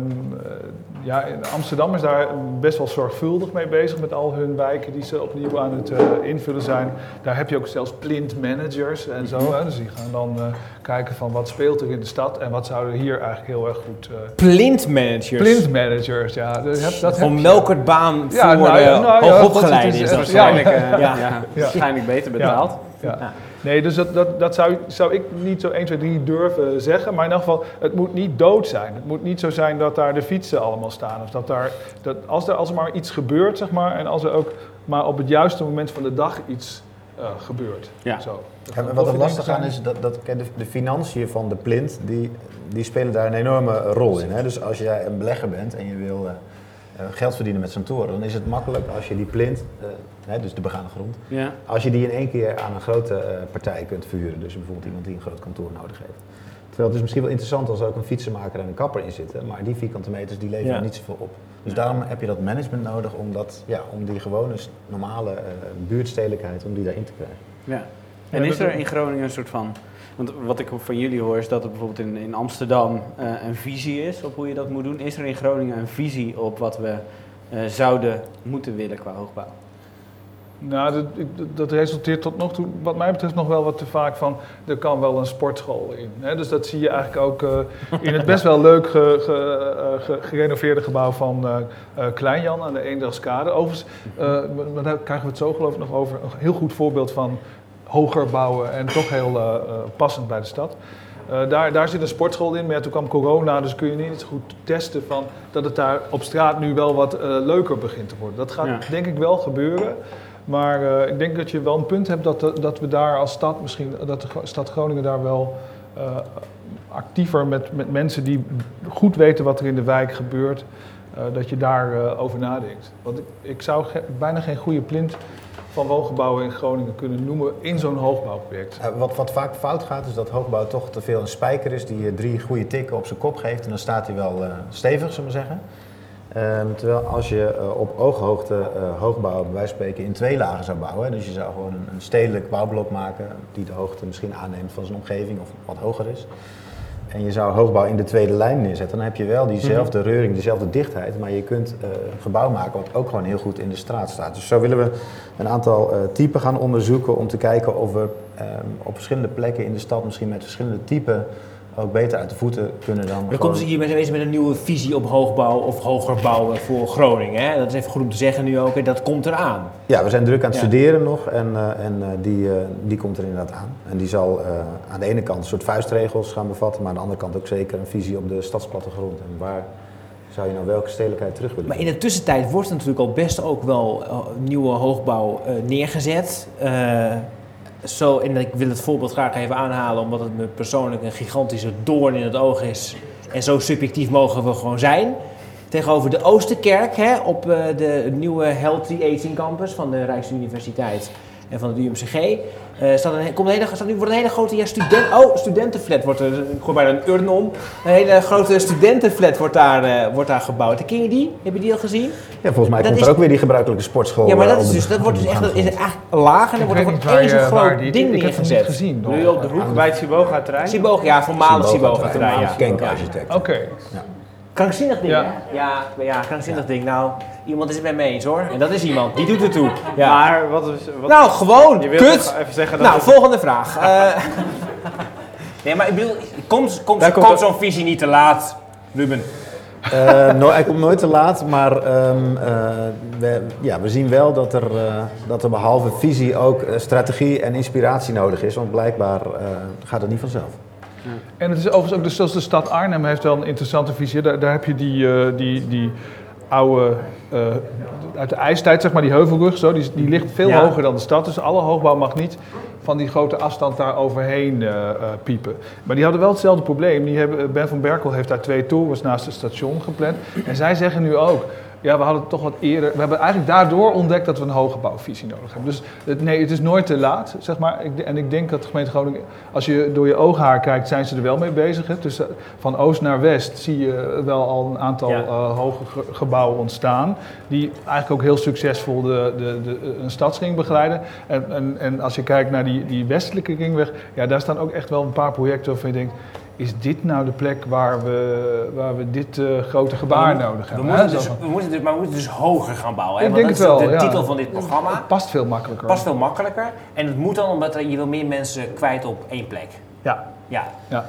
Amsterdam is daar best wel zorgvuldig mee bezig met al hun wijken die ze opnieuw aan het invullen zijn. Daar heb je ook zelfs plint-managers en zo. Hè. Dus die gaan dan kijken van wat speelt er in de stad en wat zouden hier eigenlijk heel erg goed...
Plint-managers?
Plint-managers, ja.
Gewoon melkertbaan voor hoogopgeleiden is dat
waarschijnlijk beter betaald.
Ja. Nee, dus dat zou ik niet zo 1, 2, 3 durven zeggen. Maar in ieder geval, het moet niet dood zijn. Het moet niet zo zijn dat daar de fietsen allemaal staan. Of als er maar iets gebeurt, zeg maar, en als er ook maar op het juiste moment van de dag iets gebeurt.
Ja.
Zo.
En wat er lastig aan is, dat de financiën van de plint, die spelen daar een enorme rol in. Hè? Dus als jij een belegger bent en je wil geld verdienen met zo'n toren, dan is het makkelijk als je die plint, dus de begane grond, als je die in één keer aan een grote partij kunt verhuren. Dus bijvoorbeeld iemand die een groot kantoor nodig heeft. Terwijl het is misschien wel interessant als er ook een fietsenmaker en een kapper in zitten, maar die vierkante meters die leveren niet zoveel op. Dus daarom heb je dat management nodig om die gewone normale buurtstedelijkheid, om die daarin te krijgen.
Ja. En is er in Groningen een soort van... Want wat ik van jullie hoor is dat er bijvoorbeeld in Amsterdam een visie is op hoe je dat moet doen. Is er in Groningen een visie op wat we zouden moeten willen qua hoogbouw?
Nou, dat resulteert tot nog toe, wat mij betreft, nog wel wat te vaak van, er kan wel een sportschool in. Hè? Dus dat zie je eigenlijk ook in het best wel leuk gerenoveerde gebouw van Klein Jan aan de Eendagskade. Overigens, maar daar krijgen we het zo geloof ik nog over, een heel goed voorbeeld van hoger bouwen en toch heel passend bij de stad. Daar zit een sportschool in, maar toen kwam corona, dus kun je niet zo goed testen van dat het daar op straat nu wel wat leuker begint te worden. Dat gaat denk ik wel gebeuren. Maar ik denk dat je wel een punt hebt dat we daar als stad misschien, dat de stad Groningen daar wel actiever met mensen die goed weten wat er in de wijk gebeurt, dat je daar over nadenkt. Want ik zou bijna geen goede plint van woongebouwen in Groningen kunnen noemen in zo'n hoogbouwproject.
Wat vaak fout gaat is dat hoogbouw toch te veel een spijker is die 3 goede tikken op zijn kop geeft en dan staat hij wel stevig, zullen we zeggen. Terwijl als je op ooghoogte hoogbouw bij wijze van spreken in 2 lagen zou bouwen, dus je zou gewoon een stedelijk bouwblok maken die de hoogte misschien aanneemt van zijn omgeving of wat hoger is. En je zou hoogbouw in de tweede lijn neerzetten, dan heb je wel diezelfde reuring, dezelfde dichtheid, maar je kunt een gebouw maken wat ook gewoon heel goed in de straat staat. Dus zo willen we een aantal typen gaan onderzoeken om te kijken of we op verschillende plekken in de stad misschien met verschillende typen ook beter uit de voeten kunnen dan.
Dan komt ze hier met een nieuwe visie op hoogbouw of hoger bouwen voor Groningen. Hè? Dat is even goed om te zeggen nu ook, en dat komt eraan.
Ja, we zijn druk aan het studeren nog en die komt er inderdaad aan. En die zal aan de ene kant een soort vuistregels gaan bevatten, maar aan de andere kant ook zeker een visie op de stadsplattegrond. En waar zou je nou welke stedelijkheid terug willen?
Maar in de tussentijd wordt er natuurlijk al best ook wel nieuwe hoogbouw neergezet. En ik wil het voorbeeld graag even aanhalen, omdat het me persoonlijk een gigantische doorn in het oog is. En zo subjectief mogen we gewoon zijn. Tegenover de Oosterkerk, op de nieuwe Healthy Aging Campus van de Rijksuniversiteit. en van het UMCG. Wordt een hele grote studentenflat. Ik gooi bijna een urn om. Een hele grote studentenflat wordt daar gebouwd. Ken je die? Heb je die al gezien?
Ja, volgens mij komt er ook weer die gebruikelijke sportschool.
Ja, maar dat wordt dus echt eigenlijk laag en dan wordt er gewoon één zo'n groot ding neergezet.
Gezien.
Nu op de hoek bij het Siboga-terrein?
Siboga, voormalig Siboga-terrein. Ja.
Kenk-architect.
Oké.
Krankzinnig ding, Ja, krankzinnig ding. Nou, iemand is het met me eens hoor. En dat is iemand, die doet het toe. Ja.
Maar wat...
Nou, gewoon,
je wilt
kut!
Even zeggen dat
nou, volgende vraag. Nee, maar ik bedoel, komt zo'n visie niet te laat, Ruben?
Hij komt nooit te laat, maar we zien wel dat er behalve visie ook strategie en inspiratie nodig is. Want blijkbaar gaat het niet vanzelf.
En het is overigens ook, dus zoals de stad Arnhem heeft wel een interessante visie. Daar heb je die oude, uit de ijstijd zeg maar, die heuvelrug, zo, die ligt veel hoger dan de stad. Dus alle hoogbouw mag niet van die grote afstand daar overheen piepen. Maar die hadden wel hetzelfde probleem. Ben van Berkel heeft daar 2 torens naast het station gepland. En zij zeggen nu ook, ja, we hadden toch wat eerder... We hebben eigenlijk daardoor ontdekt dat we een hogebouwvisie nodig hebben. Dus het is nooit te laat, zeg maar. En ik denk dat de gemeente Groningen... Als je door je ooghaar kijkt, zijn ze er wel mee bezig. Hè. Dus van oost naar west zie je wel al een aantal hoge gebouwen ontstaan. Die eigenlijk ook heel succesvol een stadsring begeleiden. En als je kijkt naar die westelijke ringweg... Ja, daar staan ook echt wel een paar projecten waarvan je denkt... Is dit nou de plek waar we dit grote gebaar nodig hebben?
We moeten dus hoger gaan bouwen.
Hè? Ik denk het wel.
Dat is de titel van dit programma.
Het past veel makkelijker.
En het moet dan omdat je wil meer mensen kwijt op één plek. Ja.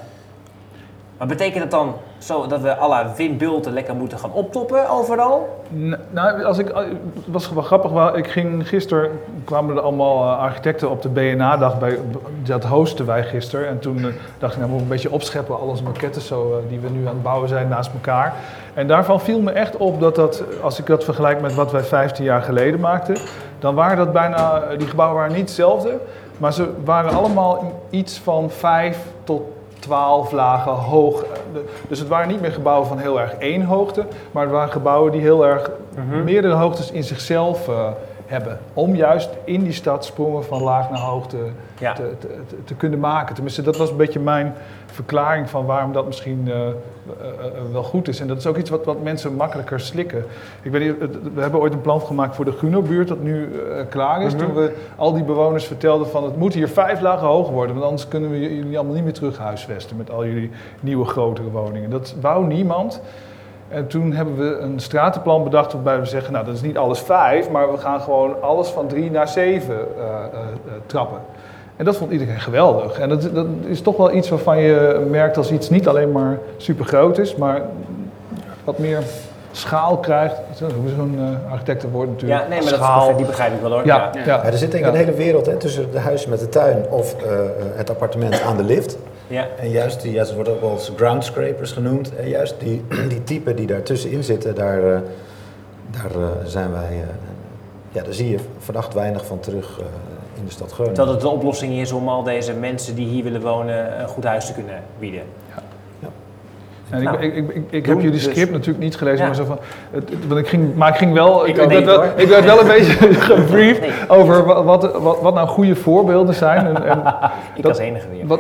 Maar betekent het dan zo dat we à la Wim Bulten lekker moeten gaan optoppen overal?
Nou, het was wel grappig. Gisteren kwamen er allemaal architecten op de BNA-dag. Dat hosten wij gisteren. En toen dacht ik, nou moet ik een beetje opscheppen. Al onze maquettes die we nu aan het bouwen zijn naast elkaar. En daarvan viel me echt op dat als ik dat vergelijk met wat wij 15 jaar geleden maakten. Dan waren dat bijna, die gebouwen waren niet hetzelfde. Maar ze waren allemaal iets van 5 tot 12 lagen hoog. Dus het waren niet meer gebouwen van heel erg één hoogte, maar het waren gebouwen die heel erg meerdere hoogtes in zichzelf hebben. Om juist in die stad sprongen van laag naar hoogte te kunnen maken. Tenminste, dat was een beetje mijn verklaring van waarom dat misschien wel goed is. En dat is ook iets wat mensen makkelijker slikken. Ik weet niet, we hebben ooit een plan gemaakt voor de Guno-buurt dat nu klaar is. Toen we al die bewoners vertelden van het moet hier 5 lagen hoog worden, want anders kunnen we jullie allemaal niet meer terug huisvesten met al jullie nieuwe grotere woningen. Dat wou niemand. En toen hebben we een stratenplan bedacht waarbij we zeggen, nou dat is niet alles 5, maar we gaan gewoon alles van 3 naar 7 trappen. En dat vond iedereen geweldig. En dat is toch wel iets waarvan je merkt als iets niet alleen maar super groot is, maar wat meer schaal krijgt. Zo'n architectenwoord natuurlijk.
Ja, nee, maar schaal. Die begrijp ik wel hoor.
Ja, er zit denk ik een hele wereld tussen het huis met de tuin of het appartement aan de lift. Ja. En juist het wordt ook wel eens groundscrapers genoemd. En juist die typen die daartussenin zitten, daar zijn wij... daar zie je verdacht weinig van terug in de stad Groningen.
Dat het de oplossing is om al deze mensen die hier willen wonen een goed huis te kunnen bieden. Ja.
En ik heb jullie script natuurlijk niet gelezen, maar zo van, ik ging wel, ik werd wel een beetje gebriefd over wat nou goede voorbeelden zijn.
Ik als enige weer.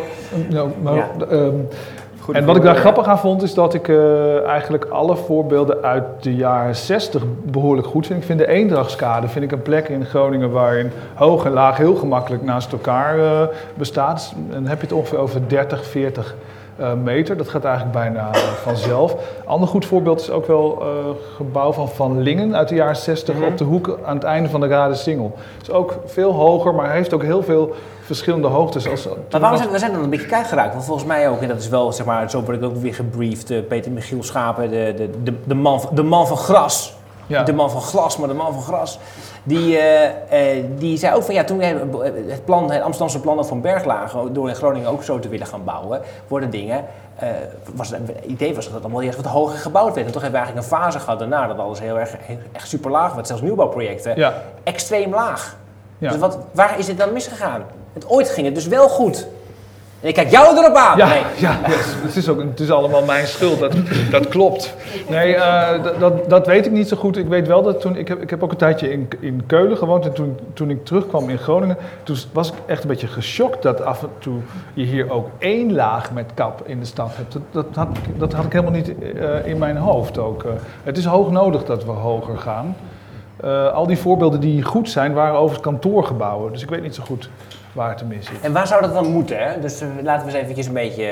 En wat ik daar grappig aan vond, is dat ik eigenlijk alle voorbeelden uit de jaren 60 behoorlijk goed vind. Ik vind de Eendrachtskade een plek in Groningen waarin hoog en laag heel gemakkelijk naast elkaar bestaat. En dan heb je het ongeveer over 30, 40 meter. Dat gaat eigenlijk bijna vanzelf. Een ander goed voorbeeld is ook wel gebouw van Lingen uit de jaren 60 op de hoek aan het einde van de Radensingel. Het is ook veel hoger, maar heeft ook heel veel verschillende hoogtes.
Maar waarom zijn dan een beetje kwijtgeraakt? Want volgens mij ook, en dat is wel, zeg maar, zo word ik ook weer gebriefd, Peter Michiel Schapen, de man van gras. Ja. De man van glas, maar de man van gras. Die zei ook van, ja, toen het Amsterdamse plan van Berglage door in Groningen ook zo te willen gaan bouwen, worden dingen, het idee was dat het allemaal eerst wat hoger gebouwd werd. En toch hebben we eigenlijk een fase gehad daarna dat alles heel erg echt super laag werd. Zelfs nieuwbouwprojecten extreem laag. Ja. Dus waar is dit dan misgegaan? Ooit ging het dus wel goed. En ik kijk jou erop aan.
Ja,
Nee.
ja het is allemaal mijn schuld, dat klopt. Nee, dat weet ik niet zo goed. Ik weet wel dat ik heb ook een tijdje in Keulen gewoond en toen ik terugkwam in Groningen, toen was ik echt een beetje geschokt dat af en toe je hier ook 1 laag met kap in de stad hebt. Dat had ik helemaal niet in mijn hoofd ook. Het is hoog nodig dat we hoger gaan. Al die voorbeelden die goed zijn, waren overigens kantoorgebouwen, dus ik weet niet zo goed waar het mis is.
En waar zou dat dan moeten? Hè? Dus laten we eens eventjes een beetje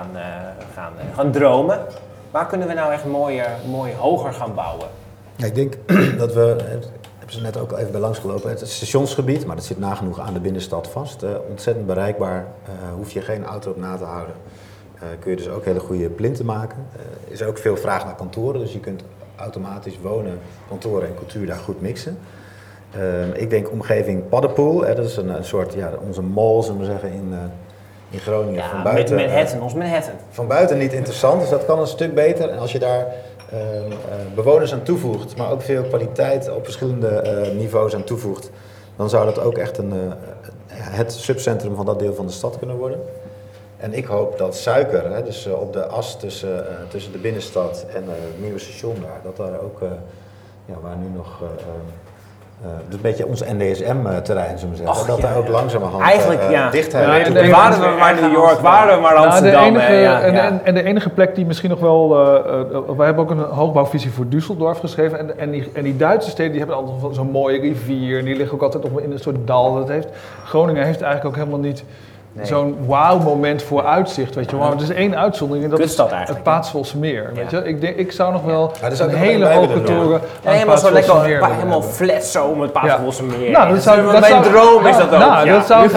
gaan dromen. Waar kunnen we nou echt mooi hoger gaan bouwen?
Ja, ik denk dat we, hebben ze net ook al even bij langs gelopen, het stationsgebied, maar dat zit nagenoeg aan de binnenstad vast. Ontzettend bereikbaar, hoef je geen auto op na te houden. Kun je dus ook hele goede plinten maken. Is ook veel vraag naar kantoren, dus je kunt automatisch wonen, kantoren en cultuur daar goed mixen. Ik denk omgeving Paddenpoel, dat is een soort, onze mall, zullen we zeggen, in Groningen.
Ja,
van buiten,
Manhattan.
Van buiten niet interessant, dus dat kan een stuk beter. En als je daar bewoners aan toevoegt, maar ook veel kwaliteit op verschillende niveaus aan toevoegt, dan zou dat ook echt het subcentrum van dat deel van de stad kunnen worden. En ik hoop dat Suiker, dus op de as tussen de binnenstad en het nieuwe station daar ook, waar nu nog... dus een beetje ons NDSM-terrein, zullen we zeggen. Dat daar ook langzamerhand dichtheid
naartoe. Waren we maar New York, waren we maar Amsterdam.
En de enige plek die misschien nog wel... wij hebben ook een hoogbouwvisie voor Düsseldorf geschreven. En die Duitse steden die hebben altijd zo'n mooie rivier. En die liggen ook altijd in een soort dal. Groningen heeft eigenlijk ook helemaal niet... Nee. Zo'n wauw-moment voor uitzicht, weet je wel. Maar er is 1 uitzondering en dat is het Paatswolsmeer, weet je. Ik zou nog wel een hele hoge toren aan
helemaal zo lekker, helemaal flat zo om het Paatswolsmeer. Nou, mijn droom is dat ook.
Nou,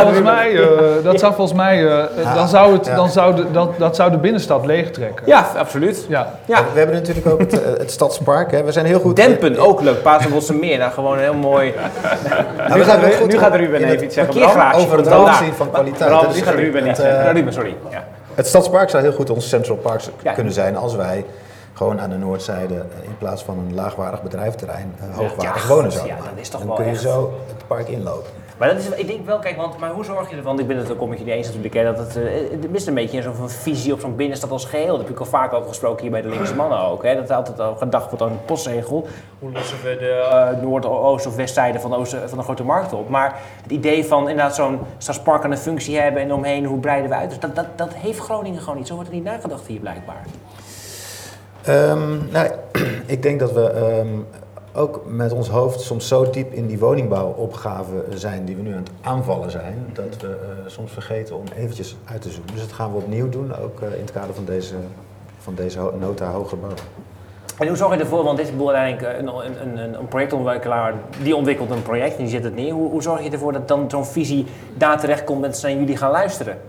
dat zou volgens mij, dat zou de binnenstad leegtrekken.
Ja, absoluut.
Ja. We hebben natuurlijk ook het Stadspark, hè. We zijn heel goed...
Dempen, ook leuk, Paatswolsmeer, nou gewoon heel mooi... Nu gaat Ruben even iets zeggen.
Over het aanzien van kwaliteit.
Die gaat Ruben niet zeggen. Ruben, sorry. Ja.
Het Stadspark zou heel goed ons Central Park kunnen zijn als wij gewoon aan de noordzijde in plaats van een laagwaardig bedrijventerrein hoogwaardig wonen zouden.
Ja, dat is toch
dan
wel
kun je
echt...
zo het park inlopen.
Maar dat is, ik denk wel, kijk, maar hoe zorg je ervan, want ik ben het ook met je niet eens natuurlijk, hè, dat het mist een beetje zo'n visie op zo'n binnenstad als geheel. Daar heb ik al vaak over gesproken hier bij de linkse mannen ook. Hè, dat er altijd al gedacht wordt aan de postzegel. Hoe lossen we de noord-, oost- of westzijde van de grote markt op? Maar het idee van inderdaad zo'n stadspark aan een functie hebben en omheen, hoe breiden we uit? Dus dat heeft Groningen gewoon niet. Zo wordt er niet nagedacht hier blijkbaar.
Ik denk dat we... ook met ons hoofd soms zo diep in die woningbouwopgave zijn die we nu aan het aanvallen zijn, dat we soms vergeten om eventjes uit te zoomen. Dus dat gaan we opnieuw doen, ook in het kader van deze nota hoger bouwen.
En hoe zorg je ervoor, want dit is uiteindelijk een projectontwikkelaar, die ontwikkelt een project en die zet het neer. Hoe zorg je ervoor dat dan zo'n visie daar terecht komt en naar jullie gaan luisteren?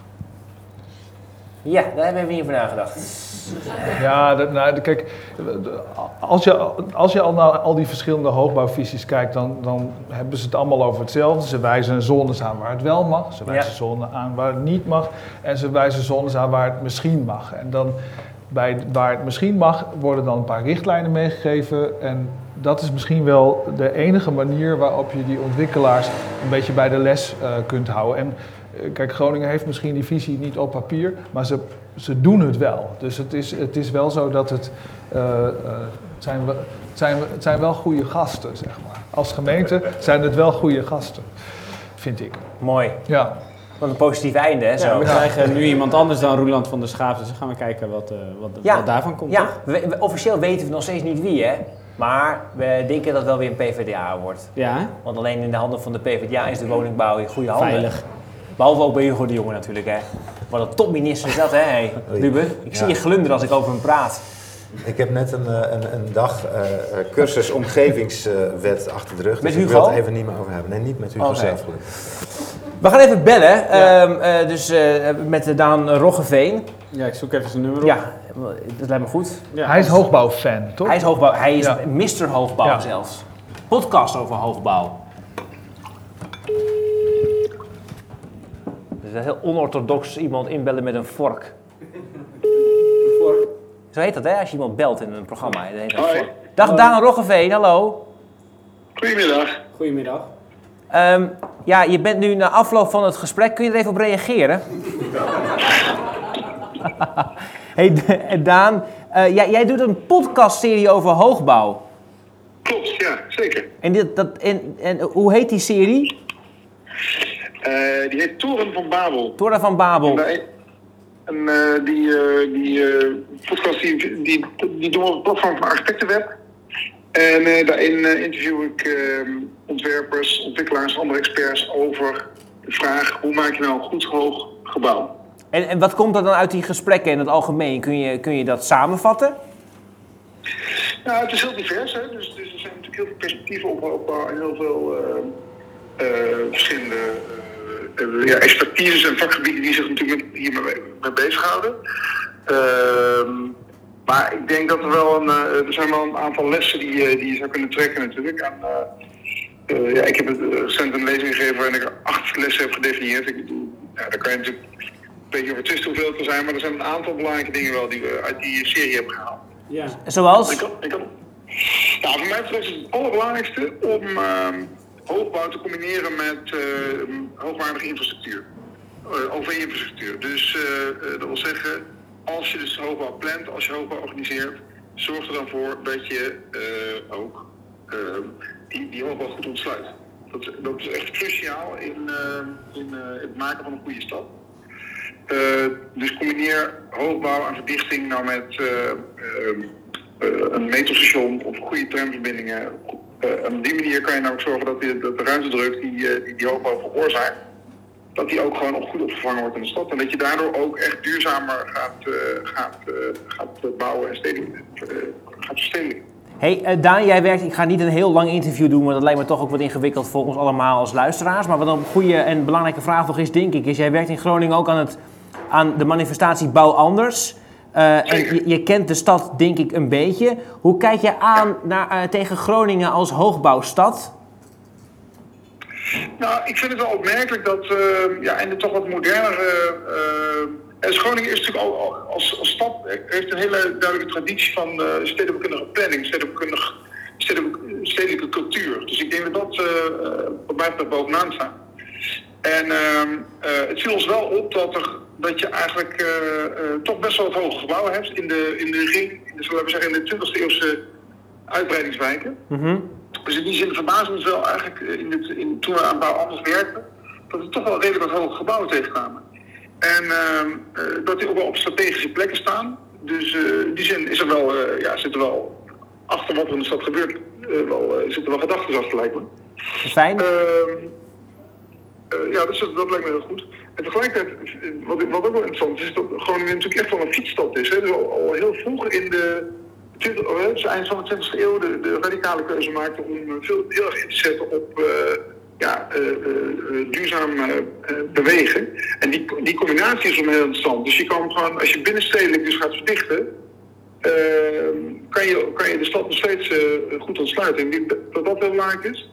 Ja, daar hebben we niet over nagedacht.
Ja, kijk, als je al naar al die verschillende hoogbouwvisies kijkt, dan hebben ze het allemaal over hetzelfde. Ze wijzen zones aan waar het wel mag, ze wijzen zones aan waar het niet mag en ze wijzen zones aan waar het misschien mag. En dan waar het misschien mag, worden dan een paar richtlijnen meegegeven en dat is misschien wel de enige manier waarop je die ontwikkelaars een beetje bij de les kunt houden. En kijk, Groningen heeft misschien die visie niet op papier, maar ze doen het wel. Dus het is wel zo dat het zijn wel goede gasten, zeg maar. Als gemeente zijn het wel goede gasten, vind ik.
Mooi.
Ja.
Wat een positief einde, hè? Zo.
Ja, we krijgen nu iemand anders dan Roeland van der Schaaf, dus dan gaan we kijken wat daarvan komt.
Ja, officieel weten we nog steeds niet wie, hè? Maar we denken dat het wel weer een PvdA wordt.
Ja.
Want alleen in de handen van de PvdA is de woningbouw in goede handen.
Veilig.
Behalve ook bij Hugo de Jonge natuurlijk, hè. Wat een topminister is dat, hè, hey, Ruben? Ik zie je glunderen als ik over hem praat.
Ik heb net een dag cursus omgevingswet achter de rug.
Met
dus
Hugo?
Ik wil het even niet meer over hebben. Nee, niet met Hugo zelf.
We gaan even bellen, met Daan Roggeveen.
Ja, ik zoek even zijn nummer op.
Ja, dat lijkt me goed.
Ja, hij is hoogbouwfan, toch?
Hij is hoogbouw, hij is Mr. Hoogbouw zelfs. Podcast over hoogbouw. Dus heel onorthodox iemand inbellen met een vork. Een vork? Zo heet dat, hè? Als je iemand belt in een programma. Dat heet een vork. Dag Daan Roggeveen, hallo.
Goedemiddag.
Goedemiddag.
Ja, je bent nu na afloop van het gesprek. Kun je er even op reageren? Hey Daan, jij doet een podcastserie over hoogbouw.
Klopt, ja, zeker.
En hoe heet die serie?
Die heet Toren van Babel.
Toren van Babel.
Die podcast die doen we op het platform van Architectenweb. En daarin interview ik ontwerpers, ontwikkelaars, andere experts over de vraag: hoe maak je nou een goed hoog gebouw?
En wat komt er dan uit die gesprekken in het algemeen? Kun je dat samenvatten?
Nou, het is heel divers, hè? Dus er zijn natuurlijk heel veel perspectieven op heel veel verschillende expertises en vakgebieden die zich natuurlijk hiermee bezighouden. Maar ik denk dat er zijn wel een aantal lessen die je zou kunnen trekken natuurlijk. Ik heb recent een lezing gegeven waarin ik 8 lessen heb gedefinieerd. Daar kan je natuurlijk een beetje over twisten hoeveel het er zijn, maar er zijn een aantal belangrijke dingen wel die we uit die serie hebben gehaald.
Ja. Zoals?
Voor mij betreft is het allerbelangrijkste om hoogbouw te combineren met hoogwaardige infrastructuur. OV-infrastructuur. Dus dat wil zeggen, als je dus hoogbouw plant, als je hoogbouw organiseert, zorg er dan voor dat je ook die hoogbouw goed ontsluit. Dat is echt cruciaal in het maken van een goede stad. Dus combineer hoogbouw en verdichting nou met een metrostation of goede tramverbindingen. Op die manier kan je namelijk zorgen dat de ruimtedruk die hoogbouw veroorzaakt, dat die ook gewoon goed opgevangen wordt in de stad. En dat je daardoor ook echt duurzamer gaat bouwen en gaat verstedelijken.
Hey, Daan, jij werkt, ik ga niet een heel lang interview doen, maar dat lijkt me toch ook wat ingewikkeld voor ons allemaal als luisteraars. Maar wat een goede en belangrijke vraag nog is, denk ik, is jij werkt in Groningen ook aan de manifestatie Bouw Anders. En je kent de stad, denk ik, een beetje. Hoe kijk je aan tegen Groningen als hoogbouwstad?
Nou, ik vind het wel opmerkelijk dat in de toch wat modernere... Groningen is natuurlijk al als stad heeft een hele duidelijke traditie van stedenbouwkundige planning, stedelijke cultuur. Dus ik denk dat wat mij betreft bovenaan staat. En het viel ons wel op dat je eigenlijk toch best wel wat hoge gebouwen hebt in de ring, zullen we zeggen, in de 20e eeuwse uitbreidingswijken. Mm-hmm. Dus in die zin verbaasde ons wel eigenlijk toen we aan Bouw Anders werkten, dat we toch wel redelijk wat hoge gebouwen tegenkwamen. En dat die ook wel op strategische plekken staan. Dus in die zin is er wel, zit er wel achter wat er in de stad gebeurt, zitten wel gedachten achter, lijkt me.
Fijn.
Dat lijkt me heel goed. En tegelijkertijd, wat ook wel interessant is dat Groningen natuurlijk echt wel een fietsstad is. Hè? Dus al heel vroeg in het eind van de 20e eeuw de radicale keuze maakte om heel erg in te zetten op duurzaam bewegen. En die combinatie is wel heel interessant. Dus je kan gewoon, als je binnenstedelijk dus gaat verdichten, kan je de stad nog steeds goed ontsluiten. Ik denk dat heel belangrijk is.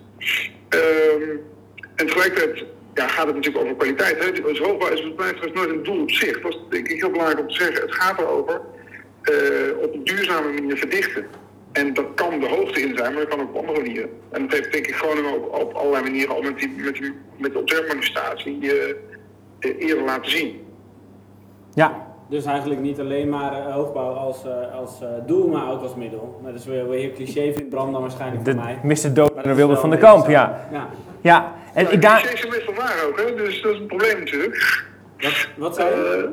En tegelijkertijd gaat het natuurlijk over kwaliteit. Hè? Dus hoogbouw is wat mij betreft nooit een doel op zich. Dat is denk ik heel belangrijk om te zeggen. Het gaat erover op een duurzame manier verdichten. En dat kan de hoogte in zijn, maar dat kan ook op andere manieren. En dat heeft denk ik Groningen ook op allerlei manieren al met de ontwerpmanifestatie eerder laten zien.
Ja.
Dus eigenlijk niet alleen maar hoogbouw als doel, maar ook als middel. Maar dat is weer heel cliché, vindt Bram dan waarschijnlijk voor mij.
Mr. Dood Wilde van der Kamp, ja. Ja. En
clichés zijn meestal waar ook, hè? Dus dat is een probleem natuurlijk.
Wat zei je?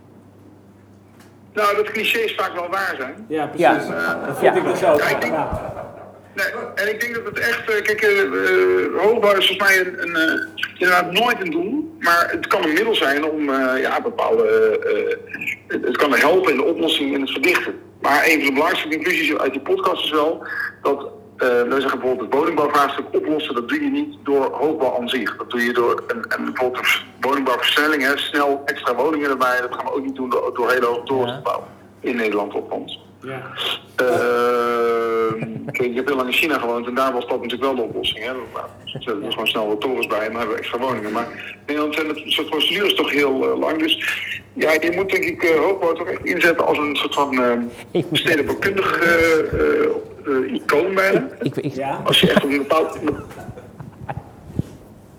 Nou, dat clichés vaak wel waar zijn.
Ja, precies. Dat vind ik dus ook.
En ik denk dat het echt... hoogbouw is volgens mij inderdaad nooit een doel. Maar het kan een middel zijn om bepaalde... het kan helpen in de oplossing in het verdichten. Maar een van de belangrijkste conclusies uit die podcast is wel dat... we zeggen bijvoorbeeld het woningbouwvraagstuk oplossen, dat doe je niet door hoogbouw aan zich. Dat doe je door bijvoorbeeld woningbouwversnelling, snel extra woningen erbij. Dat gaan we ook niet doen door hele hoge torens te bouwen in Nederland althans. Ja. Ik heb heel lang in China gewoond en daar was dat natuurlijk wel de oplossing. Hè. Er was gewoon snel wat torens bij en dan hebben we extra woningen. Maar in Nederland zijn dat soort procedures toch heel lang. Dus ja, je moet denk ik hoogbouw toch echt inzetten als een soort van stedenbouwkundig icoon bijna. Als je echt op een bepaald...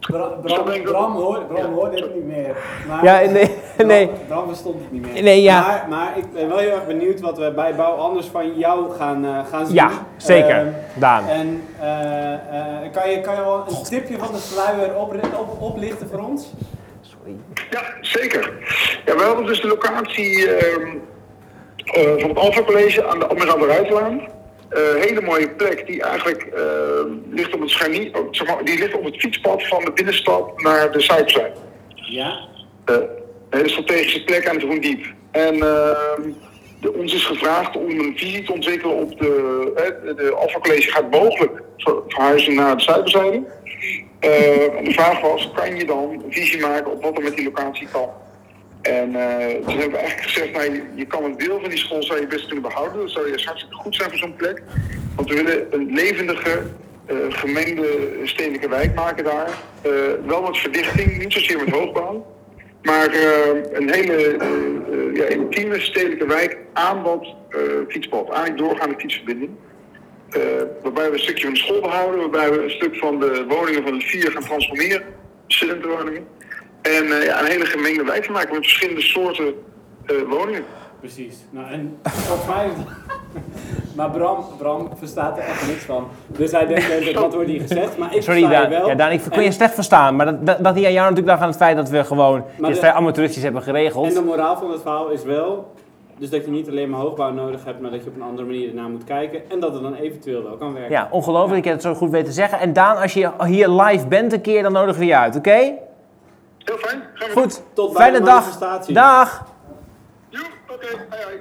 Bram hoorde het niet meer. Maar
Ja, nee.
Bram verstond het niet meer.
Nee, ja.
Maar ik ben wel heel erg benieuwd wat we bij Bouw Anders van jou gaan zien.
Ja, zeker. Daan.
En kan je al een tipje van de sluier oplichten voor ons?
Ja, zeker. Ja, we hadden dus de locatie van het Alpha College aan de Admiraal de Ruitelaan. Hele mooie plek die eigenlijk ligt op het scharnier, die ligt op het fietspad van de binnenstad naar de zuidzijde.
Ja.
Een hele strategische plek aan het Hoendiep. En ons is gevraagd om een visie te ontwikkelen op de Alpha College gaat mogelijk verhuizen naar de zuidzijde. En de vraag was, kan je dan een visie maken op wat er met die locatie kan? En toen hebben we eigenlijk gezegd, nou, je kan een deel van die school zou je best kunnen behouden. Dat zou juist hartstikke goed zijn voor zo'n plek. Want we willen een levendige, gemengde stedelijke wijk maken daar. Wel met verdichting, niet zozeer met hoogbouw. Maar een hele intieme stedelijke wijk aan dat fietspad, eigenlijk doorgaande fietsverbinding. Waarbij we een stukje van de school behouden, waarbij we een stuk van de woningen van de 4 gaan transformeren, studentenwoningen. En een hele gemengde wijk van maken met verschillende soorten woningen.
Precies. Nou, en volgens mij... Maar Bram verstaat er echt niks van. Dus hij denkt, wat wordt hier gezegd? Maar ik
Sorry,
versta je wel.
Ja, Daan, ik kon je slecht verstaan. Maar dat hij aan jou natuurlijk lag aan het feit dat we gewoon dit vrij amateuristisch hebben geregeld.
En de moraal van het verhaal is wel... Dus dat je niet alleen maar hoogbouw nodig hebt, maar dat je op een andere manier ernaar moet kijken. En dat het dan eventueel wel kan werken.
Ja, ongelooflijk. Ik heb het zo goed weten te zeggen. En Daan, als je hier live bent een keer, dan nodigen we je uit, oké?
Heel fijn.
Goed.
Tot bij
fijne
de
dag.
manifestatie.
Dag.
Oké. Hoi.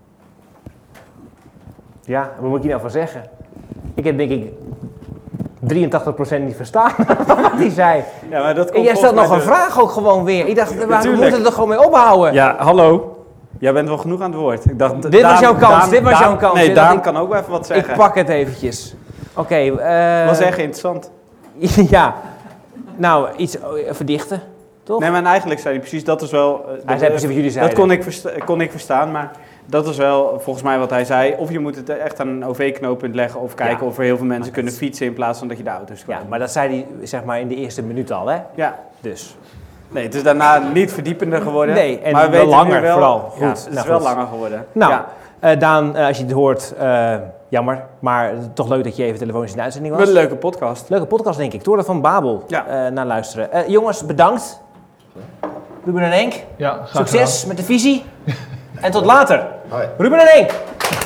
Ja, wat moet ik hier nou van zeggen? Ik heb denk ik 83% niet verstaan wat hij zei.
Ja, maar dat
en
komt
jij stelt nog een vraag ook gewoon weer. Ik dacht, we moeten het er gewoon mee ophouden.
Ja, hallo. Jij bent wel genoeg aan het woord. Ik dacht,
Dit was jouw kans.
Nee, Daan kan ook wel even wat zeggen.
Ik pak het eventjes. Oké.
Was echt interessant.
Ja. Nou, iets verdichten, toch?
Nee, maar eigenlijk zei hij precies, dat is wel...
Hij zei precies wat jullie zeiden.
Dat kon ik verstaan, maar dat is wel volgens mij wat hij zei. Of je moet het echt aan een OV-knooppunt leggen of kijken of er heel veel mensen kunnen fietsen in plaats van dat je de auto's kwijt.
Ja, maar dat zei hij zeg maar in de eerste minuut al, hè?
Ja.
Dus.
Nee, het is daarna niet verdiepender geworden.
Nee, en
maar
wel langer vooral. Goed.
Ja, het is wel langer geworden.
Nou, ja. Daan, als je het hoort, jammer. Maar toch leuk dat je even telefonisch in de uitzending was.
Met een leuke podcast.
Leuke podcast, denk ik. Toren van Babel.
Ja.
Naar luisteren. Jongens, bedankt. Ruben en Henk.
Ja,
succes
gedaan.
met de visie. En tot later.
Hoi.
Ruben en Henk.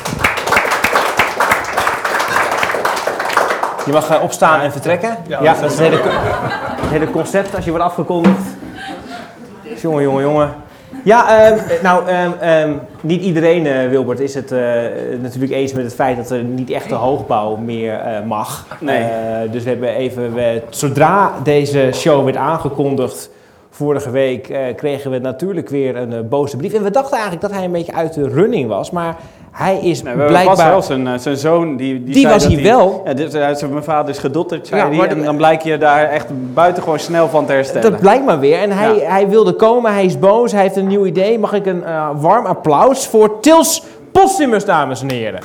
Je mag opstaan en vertrekken. Ja, dat is het hele concept als je wordt afgekondigd. Jongen. Ja, niet iedereen, Wilbert, is het natuurlijk eens met het feit dat er niet echt de hoogbouw meer mag.
Nee.
Dus we hebben even, zodra deze show werd aangekondigd, vorige week, kregen we natuurlijk weer een boze brief. En we dachten eigenlijk dat hij een beetje uit de running was, maar hij is blijkbaar...
was wel zijn zoon, die
was hier wel.
Ja, mijn vader is gedotterd, zei hij. En dan blijkt je daar echt buitengewoon snel van te herstellen.
Dat blijkt maar weer. En hij wilde komen, hij is boos, hij heeft een nieuw idee. Mag ik een warm applaus voor Tils Postumus, dames en heren.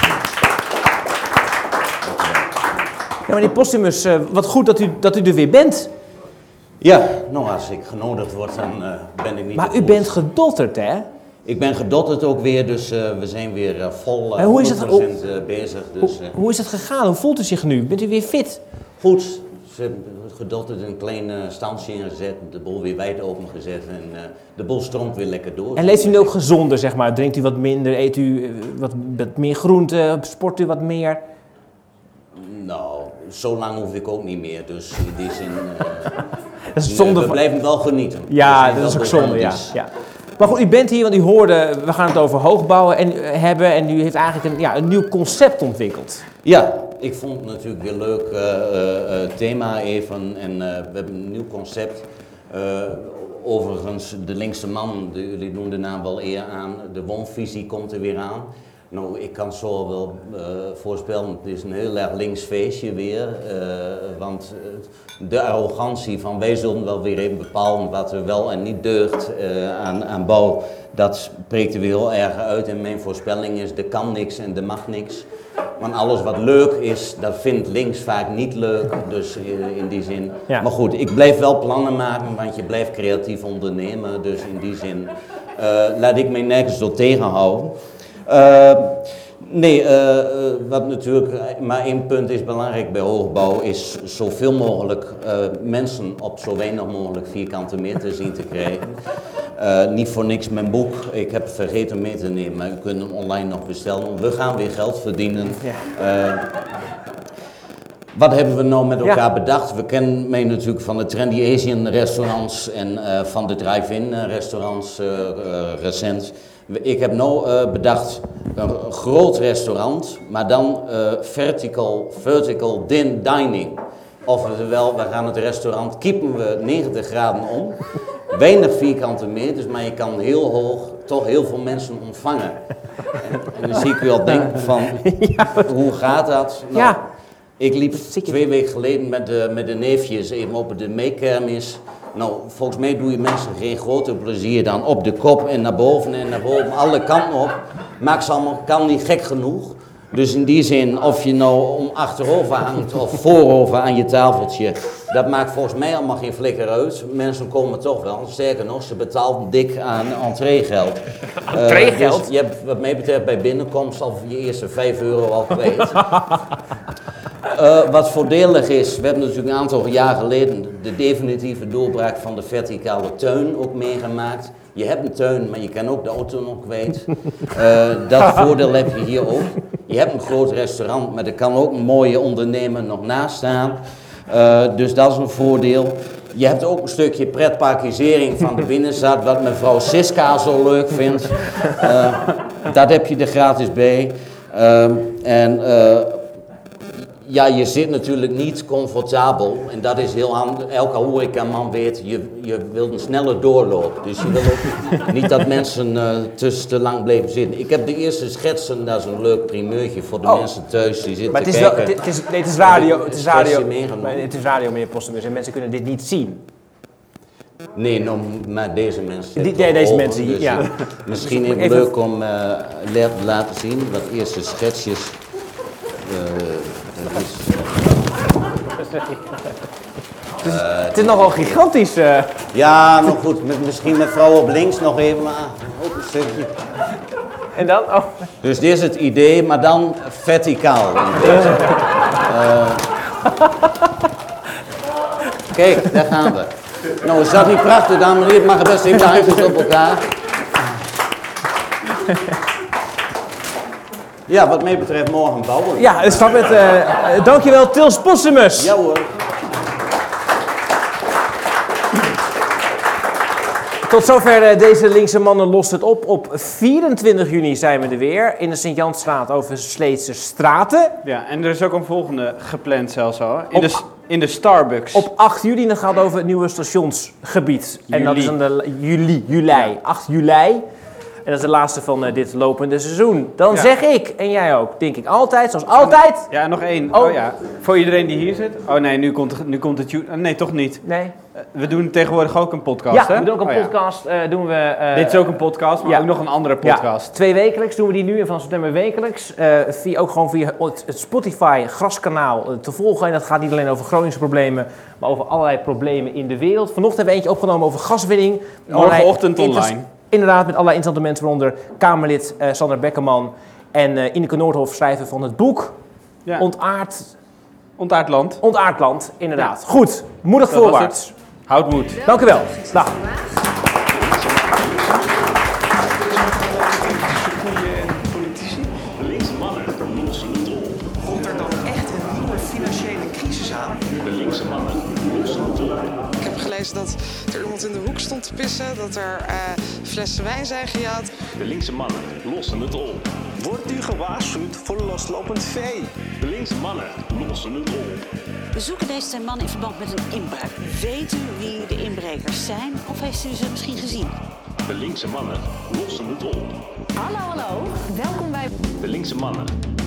Ja, meneer Postumus, wat goed dat u er weer bent.
Ja, nou als ik genodigd word, dan ben ik niet...
Maar u bent gedotterd, hè?
Ik ben gedotterd ook weer, dus we zijn weer vol 100% bezig. Dus,
hoe is het gegaan? Hoe voelt u zich nu? Bent u weer fit?
Goed. Ze hebben gedotterd een kleine standje ingezet, de boel weer wijd open gezet en de boel stroomt weer lekker door.
En leeft u nu ook gezonder, zeg maar? Drinkt u wat minder? Eet u wat meer groente? Sport u wat meer?
Nou, zo lang hoef ik ook niet meer, dus in die zin...
dat is zonde
we blijven wel genieten.
Ja, dat is ook zonde, ja. Maar goed, u bent hier, want u hoorde, we gaan het over hoogbouwen hebben en u heeft eigenlijk een nieuw concept ontwikkeld.
Ja, ik vond het natuurlijk weer leuk thema even en we hebben een nieuw concept. Overigens, de linkse man, jullie doen de naam wel eer aan, de woonvisie komt er weer aan. Nou, ik kan zo wel voorspellen, het is een heel erg links feestje weer, want de arrogantie van wij zullen wel weer even bepalen wat er wel en niet deugt aan bouw, dat spreekt er weer heel erg uit en mijn voorspelling is er kan niks en er mag niks. Want alles wat leuk is, dat vindt links vaak niet leuk. Dus in die zin.
Ja.
Maar goed, ik blijf wel plannen maken, want je blijft creatief ondernemen. Dus in die zin laat ik mij nergens door tegenhouden. Wat natuurlijk maar één punt is belangrijk bij hoogbouw, is zoveel mogelijk mensen op zo weinig mogelijk vierkante meter zien te krijgen. Niet voor niks mijn boek, ik heb vergeten mee te nemen, maar u kunt hem online nog bestellen. We gaan weer geld verdienen. Ja. Wat hebben we nou met elkaar bedacht? We kennen mij natuurlijk van de Trendy Asian restaurants en van de drive-in restaurants recent. Ik heb nou bedacht een groot restaurant, maar dan vertical dining. Oftewel, we gaan het restaurant, kiepen we 90 graden om. Weinig vierkante meters, maar je kan heel hoog toch heel veel mensen ontvangen. En dan zie ik u al denken van, hoe gaat dat? Nou, ja. Ik liep 2 weken geleden met de neefjes even op de meekermis. Nou, volgens mij doe je mensen geen groter plezier dan op de kop en naar boven, alle kanten op. Maakt ze allemaal, kan niet gek genoeg. Dus in die zin, of je nou om achterover hangt of voorover aan je tafeltje, dat maakt volgens mij allemaal geen flikker uit. Mensen komen toch wel, sterker nog, ze betalen dik aan entreegeld.
Entreegeld?
Dus je hebt wat mij betreft bij binnenkomst al je eerste €5 al kwijt. Wat voordelig is, we hebben natuurlijk een aantal jaar geleden de definitieve doorbraak van de verticale tuin ook meegemaakt. Je hebt een tuin, maar je kan ook de auto nog kwijt. Dat voordeel heb je hier ook. Je hebt een groot restaurant, maar er kan ook een mooie ondernemer nog naast staan. Dus dat is een voordeel. Je hebt ook een stukje pretparkisering van de binnenstad, wat mevrouw Siska zo leuk vindt. Dat heb je er gratis bij. Ja, je zit natuurlijk niet comfortabel en dat is heel handig. Elke horecaman weet, je wilt een snelle doorloop. Dus je wil ook niet dat mensen te lang blijven zitten. Ik heb de eerste schetsen, dat is een leuk primeurtje voor de mensen thuis die zitten te kijken.
Maar het is radio, het is radio, meneer Postumus, en mensen kunnen dit niet zien.
Nee, maar deze mensen.
Deze mensen hier,
dus,
ja.
Misschien even leuk om te laten zien, wat eerste schetsjes.
Het is nogal gigantisch.
Ja, maar goed, misschien met vrouw op links nog even, maar ook een stukje.
En dan? Oh.
Dus dit is het idee, maar dan verticaal. Kijk, daar gaan we. Nou, is dat niet prachtig, dames en heren? Mag best even de handjes op elkaar. Ja, wat mij betreft morgen bouwen.
Ja, het staat met... dankjewel, Tils Postumus.
Ja hoor.
Tot zover deze linkse mannen lost het op. Op 24 juni zijn we er weer in de Sint-Jansstraat over Sleetse Straten.
Ja, en er is ook een volgende gepland zelfs al. In de Starbucks.
Op 8 juli, dan gaat het over het nieuwe stationsgebied. En dat is aan de juli, 8 juli. En dat is de laatste van dit lopende seizoen. Dan zeg ik, en jij ook, denk ik altijd, zoals altijd.
Ja, nog één. Oh ja, voor iedereen die hier zit. Oh nee, nu komt het... Nee, toch niet.
Nee.
We doen tegenwoordig ook een podcast,
ja,
hè?
we doen ook een podcast. Doen we,
dit is ook een podcast, maar ook nog een andere podcast.
Ja, 2 wekelijks doen we die nu en van september wekelijks. Ook gewoon via het Spotify graskanaal te volgen. En dat gaat niet alleen over Groningse problemen, maar over allerlei problemen in de wereld. Vanochtend hebben we eentje opgenomen over gaswinning.
Morgenochtend online.
Inderdaad, met allerlei interessante mensen, waaronder Kamerlid Sander Beckerman en Ineke Noordhoff, schrijver van het boek
Ontaard Land.
Ontaard Land, inderdaad. Ja. Goed, moedig voorwaarts.
Houd moed.
Dank u wel. Dag.
De linkse mannen lossen het op.
Komt er dan echt een nieuwe financiële crisis aan?
De linkse mannen lossen het op.
Ik heb gelezen dat er iemand in de hoek stond te pissen, dat er flessen wijn zijn gejat.
De linkse mannen lossen het op.
Wordt u gewaarschuwd voor loslopend vee?
De linkse mannen lossen het op.
We zoeken deze 2 mannen in verband met een inbraak. Weet u wie de inbrekers zijn of heeft u ze misschien gezien?
De linkse mannen lossen het op.
Hallo, welkom bij
De linkse mannen